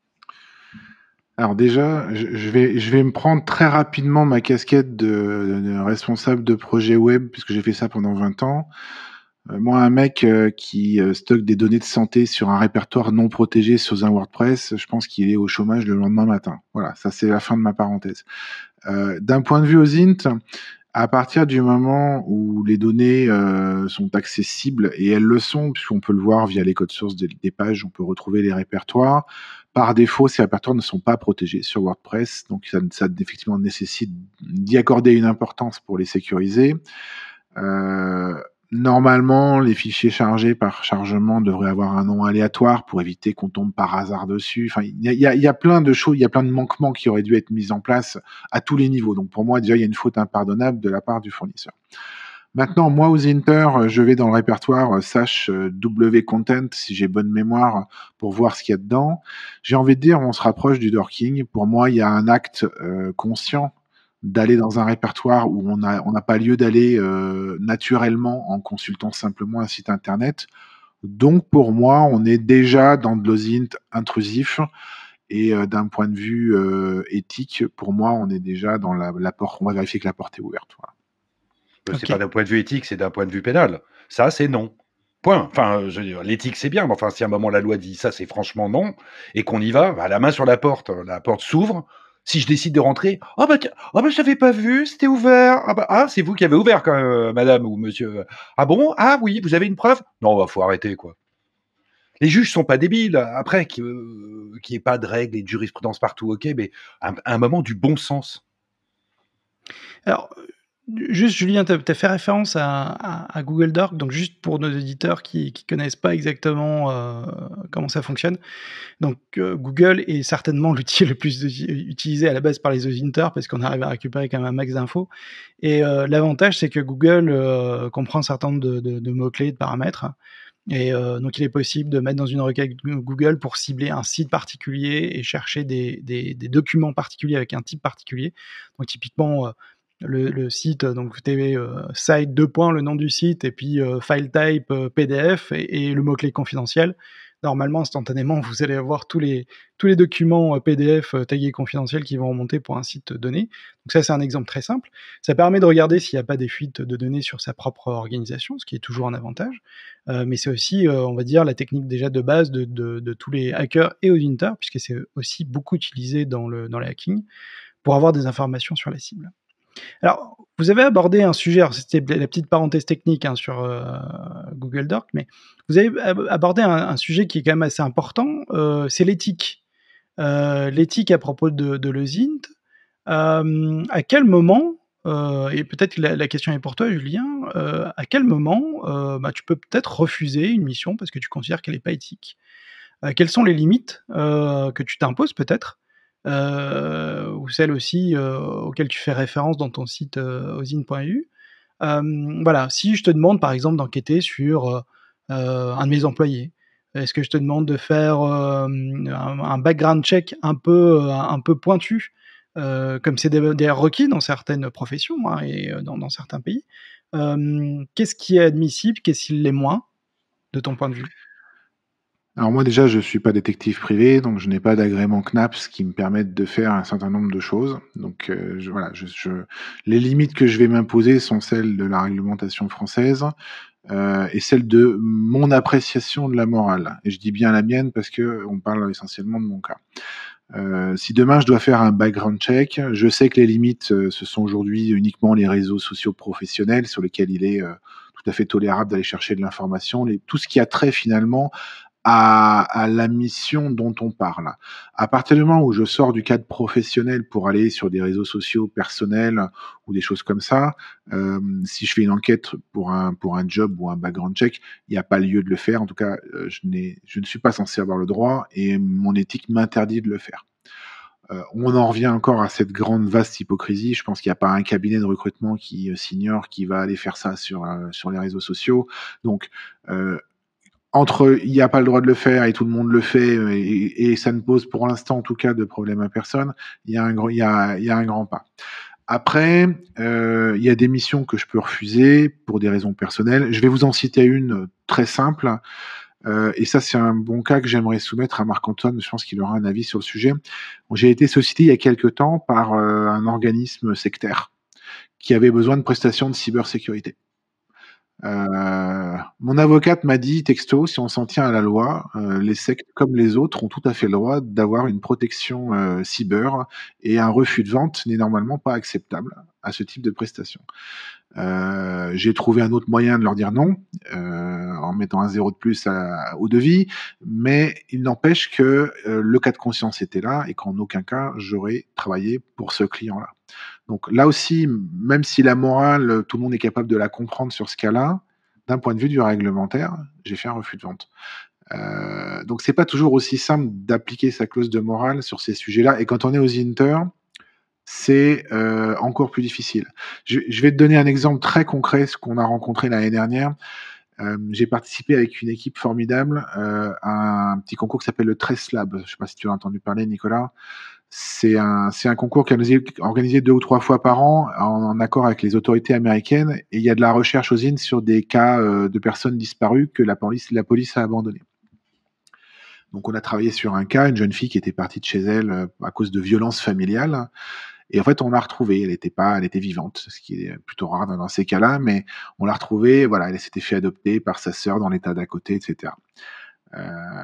Alors déjà, je je vais, je vais me prendre très rapidement ma casquette de, de responsable de projet web, puisque j'ai fait ça pendant vingt ans. Euh, moi, un mec euh, qui euh, stocke des données de santé sur un répertoire non protégé sur un WordPress, je pense qu'il est au chômage le lendemain matin. Voilà, ça c'est la fin de ma parenthèse. Euh, d'un point de vue O S I N T, À partir du moment où les données, heu, sont accessibles et elles le sont, puisqu'on peut le voir via les codes sources des des pages, on peut retrouver les répertoires. Par défaut, ces répertoires ne sont pas protégés sur WordPress, donc ça ça effectivement nécessite d'y accorder une importance pour les sécuriser. Heu, Normalement, les fichiers chargés par chargement devraient avoir un nom aléatoire pour éviter qu'on tombe par hasard dessus. Enfin, il y a il y a il y a plein de choses, il y a plein de manquements qui auraient dû être mis en place à tous les niveaux. Donc pour moi, déjà, il y a une faute impardonnable de la part du fournisseur. Maintenant, moi, aux Inter, euh, je vais dans le répertoire euh, slash euh, W content, si j'ai bonne mémoire, pour voir ce qu'il y a dedans. J'ai envie de dire, on se rapproche du dorking. Pour moi, il y a un acte euh, conscient d'aller dans un répertoire où on a- on n'a pas lieu d'aller euh, naturellement en consultant simplement un site internet. Donc, pour moi, on est déjà dans de l'OSINT intrusif. Et euh, d'un point de vue euh, éthique, pour moi, on est déjà dans la, la porte. On va vérifier que la porte est ouverte. Voilà. Euh, C'est Ok. pas d'un point de vue éthique, c'est d'un point de vue pénal. Ça, c'est non. Point. Enfin, euh, je veux dire, l'éthique, c'est bien, mais enfin, si à un moment la loi dit ça, c'est franchement non, et qu'on y va, bah, la main sur la porte, euh, la porte s'ouvre. Si je décide de rentrer, oh bah, tiens, oh bah, je n'avais pas vu, c'était ouvert. Ah bah, ah, c'est vous qui avez ouvert quand même, euh, madame ou monsieur. Ah bon? Ah oui, vous avez une preuve? Non, bah, faut arrêter, quoi. Les juges sont pas débiles. Après, qu'il n'y ait pas de règles et de jurisprudence partout, ok, mais à un, à un moment du bon sens. Alors, euh, juste, Julien, tu as fait référence à, à- à Google Doc, donc juste pour nos auditeurs qui ne connaissent pas exactement euh, comment ça fonctionne. Donc, euh, Google est certainement l'outil le plus usi- utilisé à la base par les auditeurs parce qu'on arrive à récupérer quand même un max d'infos. Et euh, l'avantage, c'est que Google euh, comprend un certain nombre de, de- de mots-clés, de paramètres. Et euh, donc, il est possible de mettre dans une requête Google pour cibler un site particulier et chercher des, des- des documents particuliers avec un type particulier. Donc, typiquement, euh, le, le site, donc vous avez euh, site deux points, le nom du site, et puis euh, file type euh, P D F et, et le mot-clé confidentiel. Normalement, instantanément, vous allez avoir tous les, tous les documents euh, P D F euh, tagués confidentiels qui vont remonter pour un site donné. Donc ça, c'est un exemple très simple. Ça permet de regarder s'il n'y a pas des fuites de données sur sa propre organisation, ce qui est toujours un avantage. Euh, mais c'est aussi, euh, on va dire, la technique déjà de base de, de- de tous les hackers et auditeurs, puisque c'est aussi beaucoup utilisé dans le, dans le hacking, pour avoir des informations sur la cible. Alors, vous avez abordé un sujet, alors c'était la petite parenthèse technique hein, sur euh, Google Doc, mais vous avez ab- abordé un, un sujet qui est quand même assez important, euh, c'est l'éthique. Euh, l'éthique à propos de, de l'OSINT. Euh, à quel moment, euh, et peut-être que la, la question est pour toi, Julien, euh, à quel moment euh, bah, tu peux peut-être refuser une mission parce que tu considères qu'elle n'est pas éthique? Euh, quelles sont les limites euh, que tu t'imposes peut-être, euh, ou celles aussi euh, auxquelles tu fais référence dans ton site euh, ozine point e u. Euh, voilà, si je te demande par exemple d'enquêter sur euh, euh, un de mes employés, est-ce que je te demande de faire euh, un, un background check un peu, euh, un peu pointu, euh, comme c'est des, des requis dans certaines professions hein, et euh, dans, dans certains pays, euh, qu'est-ce qui est admissible, qu'est-ce qui l'est moins, de ton point de vue? Alors moi déjà, je suis pas détective privé, donc je n'ai pas d'agrément CNAPS qui me permettent de faire un certain nombre de choses. Donc euh, je, voilà, je, je- les limites que je vais m'imposer sont celles de la réglementation française euh, et celles de mon appréciation de la morale. Et je dis bien la mienne parce que on parle essentiellement de mon cas. Euh, si demain je dois faire un background check, je sais que les limites, euh, ce sont aujourd'hui uniquement les réseaux sociaux professionnels sur lesquels il est euh, tout à fait tolérable d'aller chercher de l'information, les- tout ce qui a trait finalement à, à la mission dont on parle. À partir du moment où je sors du cadre professionnel pour aller sur des réseaux sociaux personnels ou des choses comme ça, euh, si je fais une enquête pour un, pour un job ou un background check, il n'y a pas lieu de le faire. En tout cas, euh, je, n'ai, je ne suis pas censé avoir le droit et mon éthique m'interdit de le faire. Euh, on en revient encore à cette grande vaste hypocrisie. Je pense qu'il n'y a pas un cabinet de recrutement qui euh, s'ignore qui va aller faire ça sur, euh, sur les réseaux sociaux. Donc, euh, entre il n'y a pas le droit de le faire et tout le monde le fait euh, et, et ça ne pose pour l'instant en tout cas de problème à personne, il y a un, gros- il y a, il y a un grand pas. Après, euh, il y a des missions que je peux refuser pour des raisons personnelles. Je vais vous en citer une très simple. Euh, et ça, c'est un bon cas que j'aimerais soumettre à Marc-Antoine. Je pense qu'il aura un avis sur le sujet. Bon, j'ai été sollicité il y a quelque temps par euh, un organisme sectaire qui avait besoin de prestations de cybersécurité. Heu, mon avocate m'a dit texto: «Si on s'en tient à la loi, heu, les sectes comme les autres ont tout à fait le droit d'avoir une protection, heu, cyber et un refus de vente n'est normalement pas acceptable à ce type de prestation». Heu, j'ai trouvé un autre moyen de leur dire non, heu, en mettant un zéro de plus à au devis, mais il n'empêche que, heu, le cas de conscience était là et qu'en aucun cas j'aurais travaillé pour ce client-là. Donc là aussi, m même si la morale, heu, tout le monde est capable de la comprendre sur ce cas-là, d'un point de vue du réglementaire, j'ai fait un refus de vente. Heu, donc c'est pas toujours aussi simple d'appliquer sa clause de morale sur ces sujets-là et quand on est aux Inter, c'est, heu, encore plus difficile. Je je vais te donner un exemple très concret, ce qu'on a rencontré l'année dernière. Hem, j'ai participé avec une équipe formidable, heu, à un petit concours qui s'appelle le Tress Lab. Je sais pas si tu as entendu parler, Nicolas? C'est un c'est un concours qui est organisé organisé deux ou trois fois par an en en accord avec les autorités américaines et il y a de la recherche aux in sur des cas, heu, de personnes disparues que la police la police a abandonnés. Donc on a travaillé sur un cas, une jeune fille qui était partie de chez elle, heu, à cause de violences familiales et en fait on l'a retrouvée. Elle était pas elle était vivante, ce qui est plutôt rare dans dans ces cas-là, mais on l'a retrouvée, voilà, elle s'était fait adopter par sa sœur dans l'État d'à côté et cetera. Heu,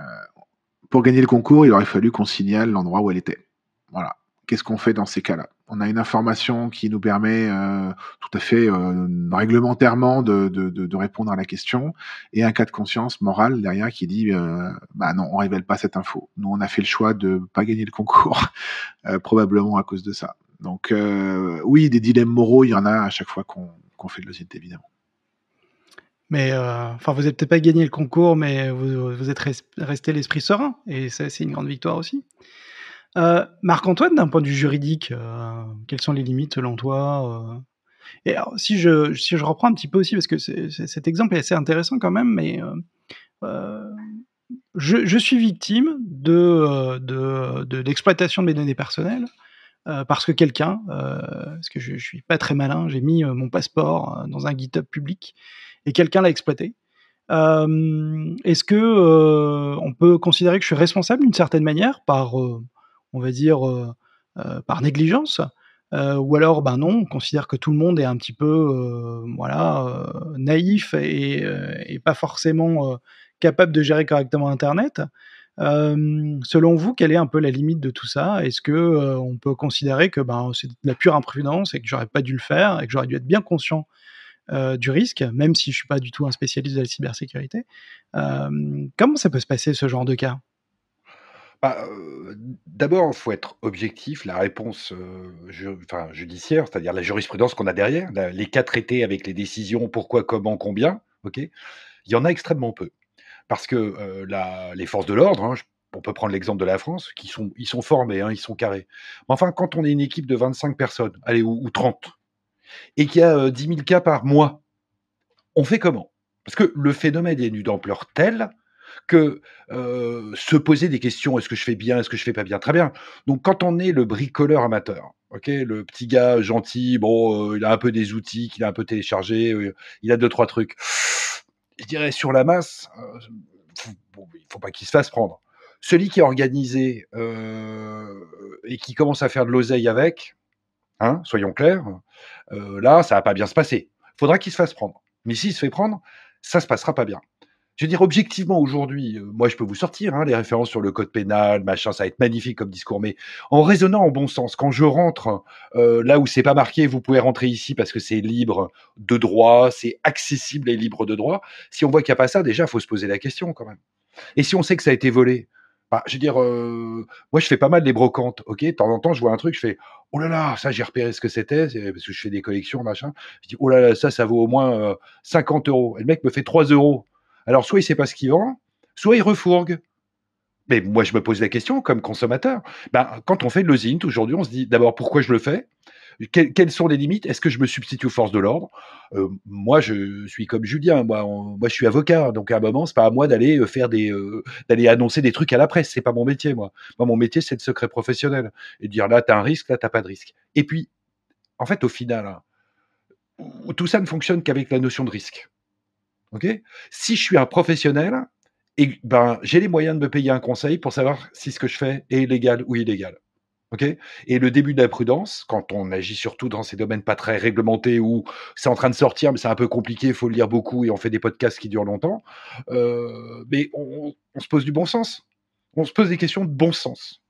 pour gagner le concours, il aurait fallu qu'on signale l'endroit où elle était. Voilà. Qu'est-ce qu'on fait dans ces cas-là? On a une information qui nous permet, heu, tout à fait, heu, réglementairement de de de de répondre à la question et un cas de conscience morale derrière qui dit, heu: «Bah non, on révèle pas cette info. Nous, on a fait le choix de pas gagner le concours, heu, probablement à cause de ça». Donc heu, oui, des dilemmes moraux, il y en a à chaque fois qu'on qu'on fait de l'audit, évidemment. Mais, heu, enfin, vous avez peut-être pas gagné le concours, mais vous vous êtes res resté l'esprit serein et ça, c'est une grande victoire aussi. Heu, Marc-Antoine, d'un point de vue juridique, heu, quelles sont les limites selon toi, heu? Et alors si je si je reprends un petit peu aussi parce que c'est c'est cet exemple est assez intéressant quand même, mais, heu heu, je je suis victime de, heu, de de l'exploitation de mes données personnelles, heu, parce que quelqu'un, heu, parce que je je suis pas très malin, j'ai mis, heu, mon passeport, heu, dans un GitHub public et quelqu'un l'a exploité. Hem, est-ce que, heu, on peut considérer que je suis responsable d'une certaine manière par, heu, on va dire, heu heu, par négligence? Heu, ou alors, ben, non, on considère que tout le monde est un petit peu, heu, voilà, heu, naïf et heu, et pas forcément, heu, capable de gérer correctement internet? Hem, selon vous, quelle est un peu la limite de tout ça? Est-ce que, heu, on peut considérer que, ben, c'est de la pure imprudence et que j'aurais pas dû le faire et que j'aurais dû être bien conscient heu, du risque, même si je suis pas du tout un spécialiste de la cybersécurité. Hem, comment ça peut se passer ce genre de cas? Bah, heu, d'abord, il faut être objectif. La réponse, heu, ju enfin, judiciaire, c'est-à-dire la jurisprudence qu'on a derrière, la les cas traités avec les décisions, pourquoi, comment, combien, OK? Il y en a extrêmement peu. Parce que, heu, la les forces de l'ordre, hein, j on peut prendre l'exemple de la France, qui sont ils sont formés, hein, ils sont carrés. Mais enfin, quand on est une équipe de vingt-cinq personnes, allez, ou ou trente, et qu'il y a, heu, dix mille cas par mois, on fait comment? Parce que le phénomène est d'une ampleur telle que, heu, se poser des questions: «Est-ce que je fais bien? Est-ce que je fais pas bien?» Très bien. Donc quand on est le bricoleur amateur, OK, le petit gars gentil, bon, heu, il a un peu des outils qu'il a un peu téléchargés, heu, il a deux trois trucs. Je dirais sur la masse, heu, faut bon, il faut pas qu'il se fasse prendre. Celui qui est organisé, heu et qui commence à faire de l'oseille avec, hein, soyons clairs, heu, là, ça va pas bien se passer. Faudra qu'il se fasse prendre. Mais s'il se fait prendre, ça se passera pas bien. Je veux dire objectivement aujourd'hui, heu, moi je peux vous sortir, hein, les références sur le code pénal, machin, ça va être magnifique comme discours, mais en raisonnant en bon sens, quand je rentre, heu, là où c'est pas marqué: «Vous pouvez rentrer ici parce que c'est libre de droit, c'est accessible et libre de droit». Si on voit qu'il y a pas ça, déjà, faut se poser la question quand même. Et si on sait que ça a été volé, bah, je veux dire, heu, moi je fais pas mal les brocantes, OK? De temps en temps, je vois un truc, je fais: «Oh là là, ça j'ai repéré ce que c'était», c'est parce que je fais des collections, machin. Je dis: «Oh là là, ça, ça vaut au moins, heu, cinquante euros € et le mec me fait trois euros. Alors soit il sait pas ce qu'il vend, soit il refourgue. Mais moi je me pose la question comme consommateur. Ben, quand on fait de l'O S I N T aujourd'hui, on se dit d'abord pourquoi je le fais? Quelles quelles sont les limites? Est-ce que je me substitue aux forces de l'ordre? Heu, moi, je suis comme Julien, moi on moi je suis avocat, donc à un moment, c'est pas à moi d'aller, heu, faire des, heu, d'aller annoncer des trucs à la presse, c'est pas mon métier moi. Moi, mon métier, c'est le secret professionnel et de dire: «Là, tu as un risque, là, tu as pas de risque» et puis, en fait, au final, hein, tout ça ne fonctionne qu'avec la notion de risque, OK? Si je suis un professionnel et ben, j'ai les moyens de me payer un conseil pour savoir si ce que je fais est légal ou illégal. OK? Et le début de la prudence, quand on agit surtout dans ces domaines pas très réglementés où c'est en train de sortir, mais c'est un peu compliqué, il faut le lire beaucoup et on fait des podcasts qui durent longtemps, heu, mais on on se pose du bon sens. On se pose des questions de bon sens.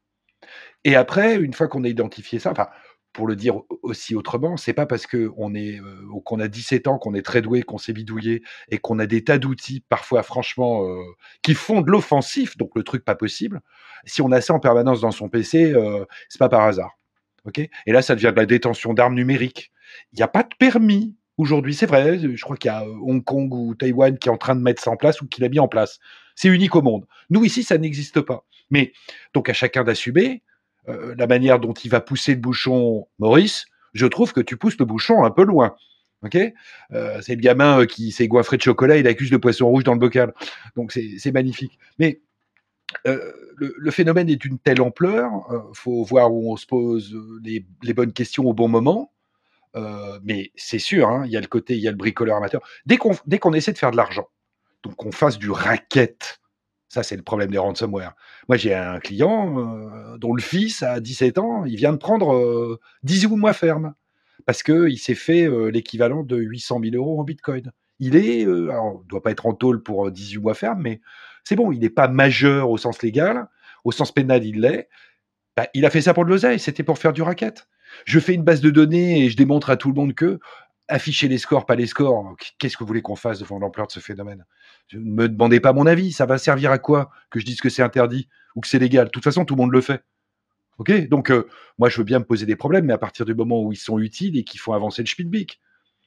Et après, une fois qu'on a identifié ça, enfin, pour le dire au aussi autrement, c'est pas parce qu'on est, heu, ou qu'on a dix-sept ans, qu'on est très doué, qu'on sait bidouiller et qu'on a des tas d'outils parfois franchement, heu, qui font de l'offensif, donc le truc pas possible. Si on a ça en permanence dans son P C, heu, c'est pas par hasard. OK? Et là, ça devient de la détention d'armes numériques. Il y a pas de permis aujourd'hui, c'est vrai, je crois qu'il y a, heu, Hong Kong ou Taïwan qui est en train de mettre ça en place ou qui l'a mis en place. C'est unique au monde. Nous, ici, ça n'existe pas. Mais donc à chacun d'assumer, heu, la manière dont il va pousser le bouchon. Maurice, je trouve que tu pousses le bouchon un peu loin. OK? Heu, c'est le gamin, heu, qui s'est goinfré de chocolat, il accuse le poisson rouge dans le bocal. Donc c'est c'est magnifique. Mais heu, le le phénomène est d'une telle ampleur, heu, faut voir où on se pose, heu, les les bonnes questions au bon moment. Heu, mais c'est sûr, hein, il y a le côté il y a le bricoleur amateur. Dès qu'on f dès qu'on essaie de faire de l'argent, donc qu'on fasse du racket, ça, c'est le problème des ransomware. Moi, j'ai un client, heu, dont le fils a dix-sept ans, il vient de prendre, heu, dix-huit mois ferme parce qu'il s'est fait, heu, l'équivalent de huit cent mille euros en bitcoin. Il est, heu, alors, il doit pas être en tôle pour, heu, dix-huit mois ferme, mais c'est bon, il n'est pas majeur au sens légal. Au sens pénal, il l'est. Bah, il a fait ça pour de l'oseille, c'était pour faire du racket. Je fais une base de données et je démontre à tout le monde que afficher les scores, pas les scores, qu'est-ce que vous voulez qu'on fasse devant l'ampleur de ce phénomène? Ne me demandez pas mon avis, ça va servir à quoi que je dise que c'est interdit ou que c'est légal? De toute façon, tout le monde le fait. OK? Donc, heu, moi, je veux bien me poser des problèmes, mais à partir du moment où ils sont utiles et qu'ils font avancer le schmilblick.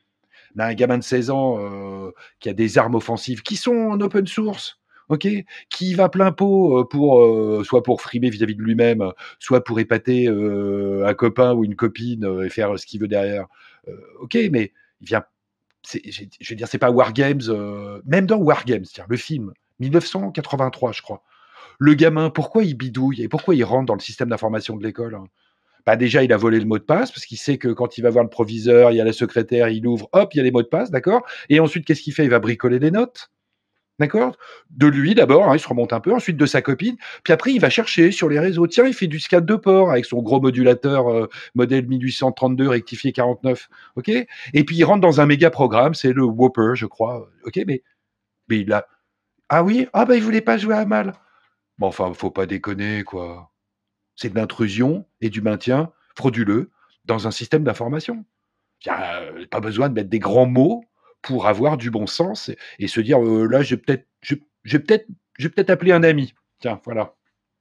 Là, un gamin de seize ans, heu, qui a des armes offensives qui sont en open source, OK? Qui va plein pot, heu, pour, heu, soit pour frimer vis-à-vis de lui-même, soit pour épater, heu, un copain ou une copine, heu, et faire ce qu'il veut derrière. Heu, OK, mais il vient c'est j'ai je veux dire, c'est pas War Games, heu, même dans War Games, tiens, le film, mille neuf cent quatre-vingt-trois, je crois. Le gamin, pourquoi il bidouille et pourquoi il rentre dans le système d'information de l'école, hein? Bah, déjà, il a volé le mot de passe parce qu'il sait que quand il va voir le proviseur, il y a la secrétaire, il ouvre, hop, il y a les mots de passe, d'accord? Et ensuite, qu'est-ce qu'il fait? Il va bricoler des notes, d'accord? De lui d'abord, hein, il se remonte un peu, ensuite de sa copine, puis après il va chercher sur les réseaux. Tiens, il fait du scan de port avec son gros modulateur, heu, modèle mille huit cent trente-deux rectifié quarante-neuf, OK? Et puis il rentre dans un méga programme, c'est le Whopper, je crois, OK, mais mais il a ah oui? Ah bah, il voulait pas jouer à mal. Mais enfin, faut pas déconner, quoi. C'est de l'intrusion et du maintien frauduleux dans un système d'information. Il y a, heu, pas besoin de mettre des grands mots pour avoir du bon sens et et se dire, heu: «Là, je vais peut-être je je vais peut-être je vais peut-être appeler un ami». Tiens, voilà.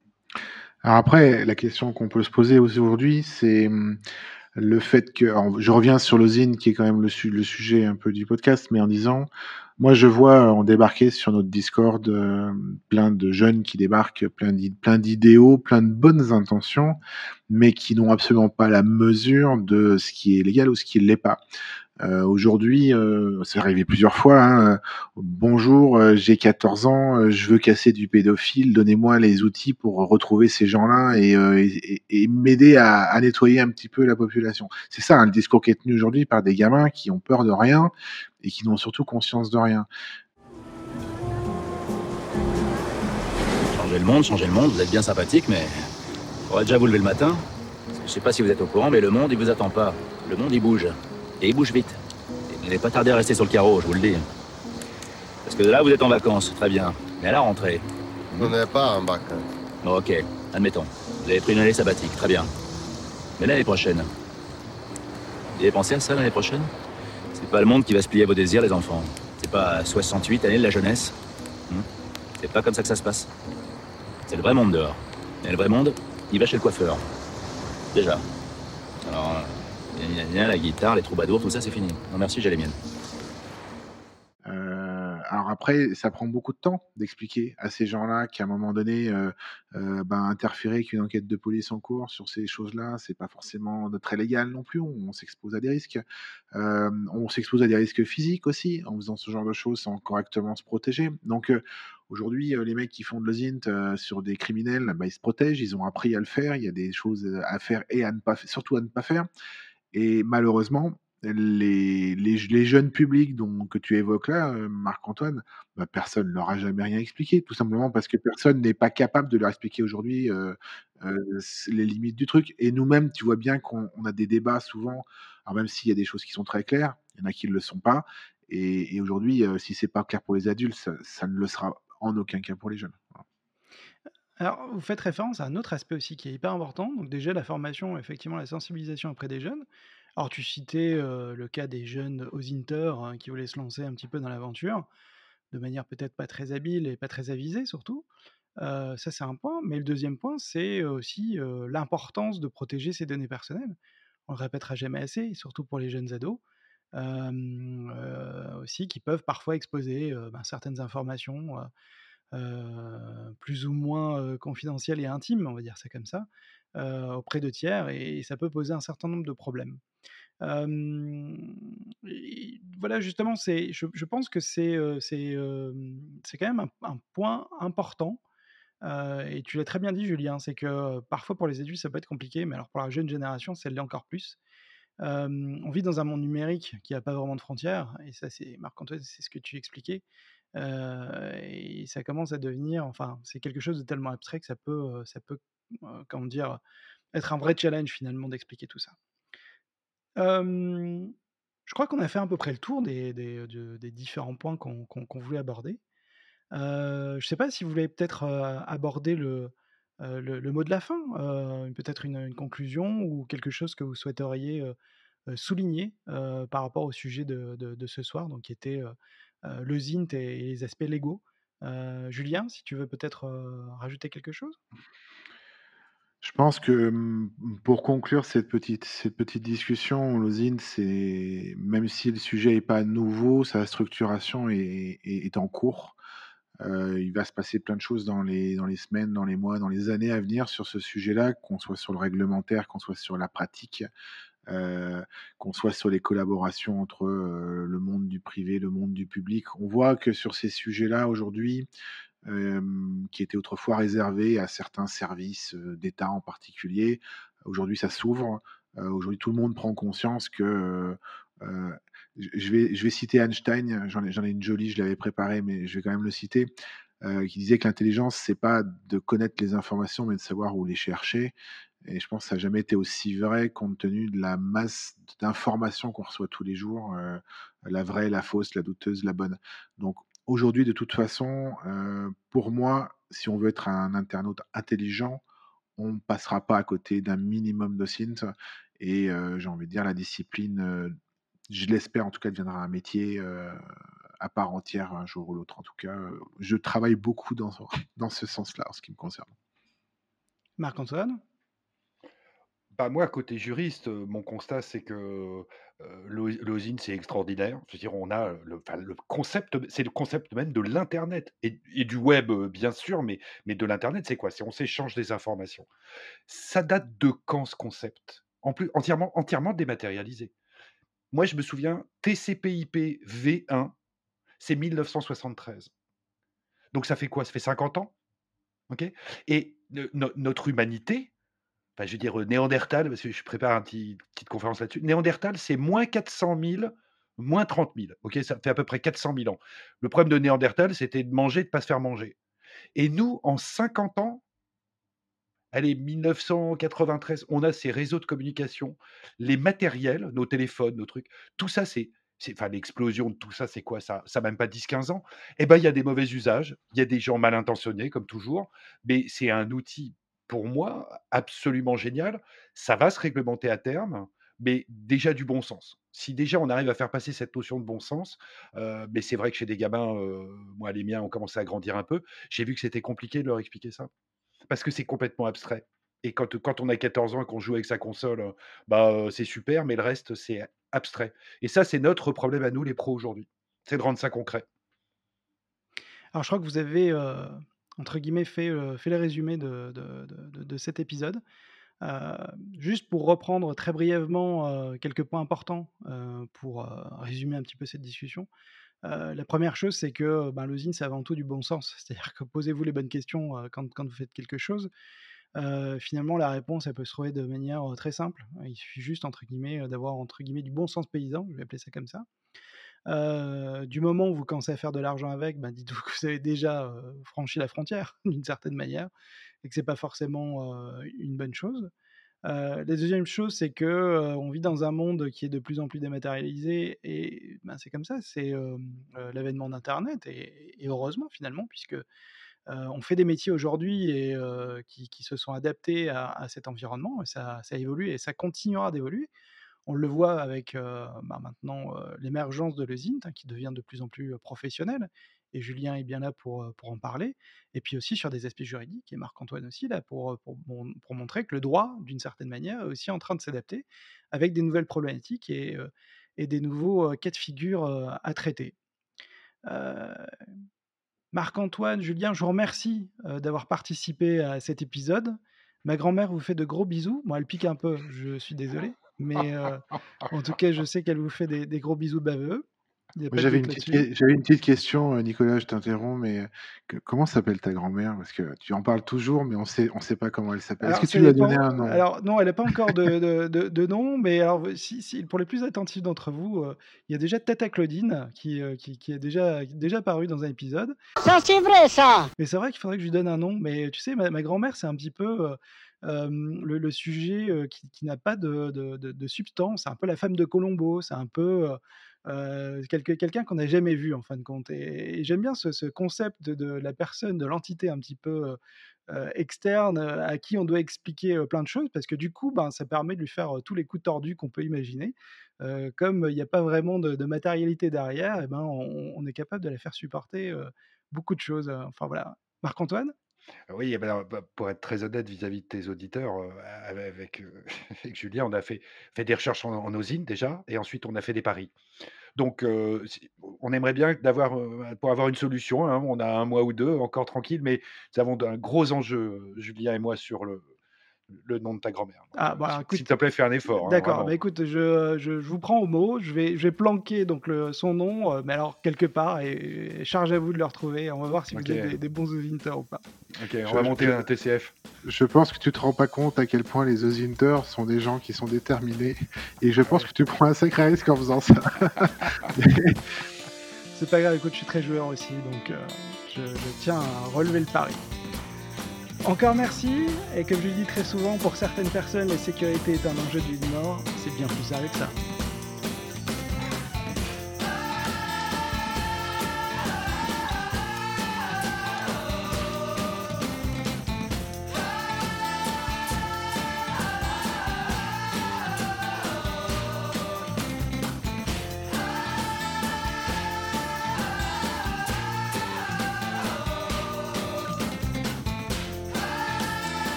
Alors après, la question qu'on peut se poser aujourd'hui, c'est, mmh, le fait que alors je reviens sur l'Ozine qui est quand même le su le sujet un peu du podcast, mais en disant, moi je vois, heu, en débarquer sur notre Discord, hem, plein de jeunes qui débarquent, plein d'id plein d'idéaux, plein de bonnes intentions, mais qui n'ont absolument pas la mesure de ce qui est légal ou ce qui ne l'est pas. Heu, aujourd'hui, heu, c'est arrivé plusieurs fois, hein, heu: «Bonjour, heu, j'ai quatorze ans, heu, je veux casser du pédophile, donnez-moi les outils pour retrouver ces gens-là et heu et et et m'aider à à nettoyer un petit peu la population». C'est ça, hein, le discours qui est tenu aujourd'hui par des gamins qui ont peur de rien et qui n'ont surtout conscience de rien. Changer le monde, changer le monde, vous êtes bien sympathique, mais faudrait déjà vous lever le matin. Parce que je sais pas si vous êtes au courant, mais le monde, il vous attend pas. Le monde, il bouge. Et il bouge vite. Et vous n'allez pas tarder à rester sur le carreau, je vous le dis. Parce que là, vous êtes en vacances, très bien. Mais à la rentrée. On n'est pas en vacances. Bon, ok, admettons. Vous avez pris une année sabbatique, très bien. Mais l'année prochaine. Vous avez pensé à ça l'année prochaine? C'est pas le monde qui va se plier à vos désirs, les enfants. C'est pas soixante-huit années de la jeunesse. Hmm. C'est pas comme ça que ça se passe. C'est le vrai monde dehors. Et le vrai monde, il va chez le coiffeur. Déjà. Alors, euh, gna gna gna, la guitare, les troubadours, tout ça, c'est fini. Non merci, j'ai les miennes. Heu, alors après, ça prend beaucoup de temps d'expliquer à ces gens-là qu'à un moment donné, heu heu, ben, interférer qu'une enquête de police en cours sur ces choses-là, c'est pas forcément de très légal non plus. On s'expose à des risques. Hem, on s'expose à des risques physiques aussi en faisant ce genre de choses sans correctement se protéger. Donc, heu, aujourd'hui, heu, les mecs qui font de l'O S I N T, heu, sur des criminels, bah, ils se protègent, ils ont appris à le faire. Il y a des choses, heu, à faire et à ne pas f surtout à ne pas faire et malheureusement, les les les jeunes publics dont que tu évoques là, heu, Marc-Antoine, bah, personne leur a jamais rien expliqué. Tout simplement parce que personne n'est pas capable de leur expliquer aujourd'hui, heu heu, s les limites du truc et nous-mêmes, tu vois bien qu'on on a des débats souvent, alors même s'il y a des choses qui sont très claires, il y en a qui ne le sont pas et et aujourd'hui, heu, si c'est pas clair pour les adultes, ça ça ne le sera en aucun cas pour les jeunes. Voilà. Alors, vous faites référence à un autre aspect aussi qui est hyper important, donc déjà la formation, effectivement la sensibilisation auprès des jeunes. Alors tu citais, heu, le cas des jeunes Osinter, hein, qui voulaient se lancer un petit peu dans l'aventure, de manière peut-être pas très habile et pas très avisée surtout. Heu, ça c'est un point, mais le deuxième point, c'est aussi, heu, l'importance de protéger ses données personnelles. On le répétera jamais assez, surtout pour les jeunes ados, hem, heu, aussi qui peuvent parfois exposer, heu, ben, certaines informations, heu heu, plus ou moins, heu, confidentielles et intimes, on va dire ça comme ça, heu, auprès de tiers et ça peut poser un certain nombre de problèmes. Hem et voilà justement, c'est je je pense que c'est, heu, c'est, hem, c'est quand même un un point important, heu et tu l'as très bien dit Julien, c'est que, parfois pour les adultes ça peut être compliqué, mais alors pour la jeune génération, ça l'est encore plus. Hem, on vit dans un monde numérique qui a pas vraiment de frontières et ça c'est Marc-Antoine, c'est ce que tu expliquais, heu et ça commence à devenir enfin, c'est quelque chose de tellement abstrait que ça peut, heu, ça peut, heu, comment dire? Être un vrai challenge finalement d'expliquer tout ça. Hem, je crois qu'on a fait à peu près le tour des des, heu, de des différents points qu'on qu'on qu'on voulait aborder. Heu, je sais pas si vous voulez peut-être, heu, aborder le, heu, le le mot de la fin, heu, peut-être une, une conclusion ou quelque chose que vous souhaiteriez, heu heu, souligner, heu, par rapport au sujet de de de ce soir, donc qui était, heu heu, le Zint et et les aspects légaux. Heu, Julien, si tu veux peut-être, heu, rajouter quelque chose? Je pense que, mmh, pour conclure cette petite cette petite discussion, l'osine, c'est même si le sujet est pas nouveau, sa structuration est est est en cours. Heu, il va se passer plein de choses dans les dans les semaines, dans les mois, dans les années à venir sur ce sujet-là, qu'on soit sur le réglementaire, qu'on soit sur la pratique, heu, qu'on soit sur les collaborations entre, heu, le monde du privé, le monde du public. On voit que sur ces sujets-là aujourd'hui, hem, qui étaient autrefois réservés à certains services, heu, d'État en particulier. Aujourd'hui, ça s'ouvre. Heu, aujourd'hui, tout le monde prend conscience que, heu heu, je je vais je vais citer Einstein, j'en ai j'en ai une jolie, je l'avais préparée, mais je vais quand même le citer, heu, qui disait que l'intelligence, c'est pas de connaître les informations, mais de savoir où les chercher et je pense que ça a jamais été aussi vrai compte tenu de la masse d'informations qu'on reçoit tous les jours, heu, la vraie, la fausse, la douteuse, la bonne. Donc aujourd'hui, de toute façon, heu, pour moi, si on veut être un internaute intelligent, on ne passera pas à côté d'un minimum de synth et heu, j'ai envie de dire la discipline, heu, je l'espère en tout cas, deviendra un métier, heu, à part entière un jour ou l'autre. En tout cas, heu, je travaille beaucoup dans ce dans ce sens-là, en ce qui me concerne. Marc-Antoine? Bah, moi, côté juriste, heu, mon constat, c'est que, heu, l'O l'O S I N, c'est extraordinaire. Je veux dire, on a, heu, le enfin, le concept, c'est le concept même de l'internet et et du web, heu, bien sûr, mais mais de l'internet, c'est quoi? C'est on s'échange des informations. Ça date de quand ce concept? En plus, entièrement entièrement dématérialisé. Moi, je me souviens, T C P/I P V un, c'est mille neuf cent soixante-treize. Donc ça fait quoi? Ça fait cinquante ans, OK? Et ne no notre humanité, enfin, je veux dire, heu, Néandertal, parce que je prépare un petit petite conférence là-dessus. Néandertal, c'est moins quatre cent mille, moins trente mille, OK? Ça fait à peu près quatre cent mille ans. Le problème de Néandertal, c'était de manger, de pas se faire manger. Et nous, en cinquante ans, allez, mille neuf cent quatre-vingt-treize, on a ces réseaux de communication, les matériels, nos téléphones, nos trucs, tout ça, c'est c'est enfin, l'explosion de tout ça, c'est quoi ça? Ça a même pas dix quinze ans. Et ben, il y a des mauvais usages, il y a des gens mal intentionnés comme toujours, mais c'est un outil, pour moi, absolument génial. Ça va se réglementer à terme, mais déjà du bon sens. Si déjà on arrive à faire passer cette notion de bon sens, heu, mais c'est vrai que chez des gamins, heu, moi les miens ont commencé à grandir un peu, j'ai vu que c'était compliqué de leur expliquer ça. Parce que c'est complètement abstrait et quand, quand on a quatorze ans et qu'on joue avec sa console, heu, bah, heu, c'est super, mais le reste, c'est abstrait et ça, c'est notre problème à nous, les pros, aujourd'hui. C'est de rendre ça concret. Alors je crois que vous avez, heu, entre guillemets «fait, heu, fait le résumé de de de de de cet épisode». Heu, juste pour reprendre très brièvement, heu, quelques points importants, heu, pour, heu, résumer un petit peu cette discussion. Heu, la première chose, c'est que, ben, l'O S I N, c'est avant tout du bon sens. C'est-à-dire que posez-vous les bonnes questions, heu, quand quand vous faites quelque chose. Heu, finalement, la réponse, elle peut se trouver de manière, heu, très simple. Il suffit juste, entre guillemets, heu, d'avoir, entre guillemets, «du bon sens paysan», je vais appeler ça comme ça. Heu, du moment où vous commencez à faire de l'argent avec, ben, dites-vous que vous avez déjà, heu, franchi la frontière d'une certaine manière et que c'est pas forcément, heu, une bonne chose. Heu, la deuxième chose, c'est que, heu, on vit dans un monde qui est de plus en plus dématérialisé et ben, c'est comme ça, c'est, hem, heu, l'avènement d'internet et et heureusement finalement puisque, heu, on fait des métiers aujourd'hui et heu, qui qui se sont adaptés à à cet environnement et ça ça évolue et ça continuera d'évoluer. On le voit avec, heu, bah, maintenant, heu, l'émergence de l'E S I N T, hein, qui devient de plus en plus, heu, professionnelle et Julien est bien là pour, heu, pour en parler et puis aussi sur des aspects juridiques et Marc-Antoine aussi là pour, heu, pour mon pour montrer que le droit, d'une certaine manière, est aussi en train de s'adapter avec des nouvelles problématiques et heu et des nouveaux, heu, cas de figure, heu, à traiter. Heu, Marc-Antoine, Julien, je vous remercie, heu, d'avoir participé à cet épisode. Ma grand-mère vous fait de gros bisous. Bon, elle pique un peu, je suis désolé, mais heu, en tout cas, je sais qu'elle vous fait des des gros bisous baveux. Il y a Moi, pas de j'avais une doute petite là-dessus. ques j'avais une petite question, heu, Nicolas, je t'interromps, mais heu, que comment s'appelle ta grand-mère? Parce que tu en parles toujours, mais on sait on sait pas comment elle s'appelle. Est-ce Alors que tu ça lui as donné dépend, un nom? alors non, elle a pas encore de de de de nom, mais alors v si si pour les plus attentifs d'entre vous, heu, il y a déjà Tata Claudine qui, heu, qui qui est déjà qui est déjà apparue dans un épisode. Ça, c'est vrai, ça! Mais c'est vrai qu'il faudrait que je lui donne un nom, mais tu sais, ma ma grand-mère, c'est un petit peu, heu, hem, le le sujet, heu, qui qui n'a pas de de de de substance. C'est un peu la femme de Colombo, c'est un peu, heu heu, quelque quelqu'un qu'on n'a jamais vu en fin de compte et et j'aime bien ce ce concept de de la personne, de l'entité un petit peu, heu heu, externe, heu, à qui on doit expliquer, heu, plein de choses parce que du coup, ben, ça permet de lui faire, heu, tous les coups tordus qu'on peut imaginer. Heu, comme il y a pas vraiment de de matérialité derrière et ben, on on est capable de la faire supporter, heu, beaucoup de choses, heu, enfin voilà. Marc-Antoine? Oui, eh ben, alors, bah, pour être très honnête vis-à-vis de tes auditeurs, heu, ave avec, heu, avec Julien, on a fait fait des recherches en en O S I N T déjà et ensuite on a fait des paris. Donc heu, si on aimerait bien d'avoir, heu, pour avoir une solution, hein, on a un mois ou deux encore tranquille, mais nous avons un gros enjeu, heu, Julien et moi, sur le le nom de ta grand-mère. Donc Ah heu, bah, s'il s'il écoute, te plaît, fais un effort, hein, d'accord, bah, vraiment. écoute, je je je vous prends au mot, je vais je vais planquer donc le son nom, heu, mais alors quelque part et et charge à vous de le retrouver. On va voir si vous êtes OK, des des bons Zinters ou pas. OK, on Je va je monter je un T C F. je pense que tu te rends pas compte à quel point les Ozinters sont des gens qui sont déterminés et je Ah pense ouais. que tu prends un sacré risque en faisant ça. C'est pas grave, écoute, je suis très joueur aussi, donc heu, je je tiens à relever le pari. Encore merci et comme je le dis très souvent, pour certaines personnes, la sécurité est un enjeu du Nord, c'est bien plus sérieux que ça.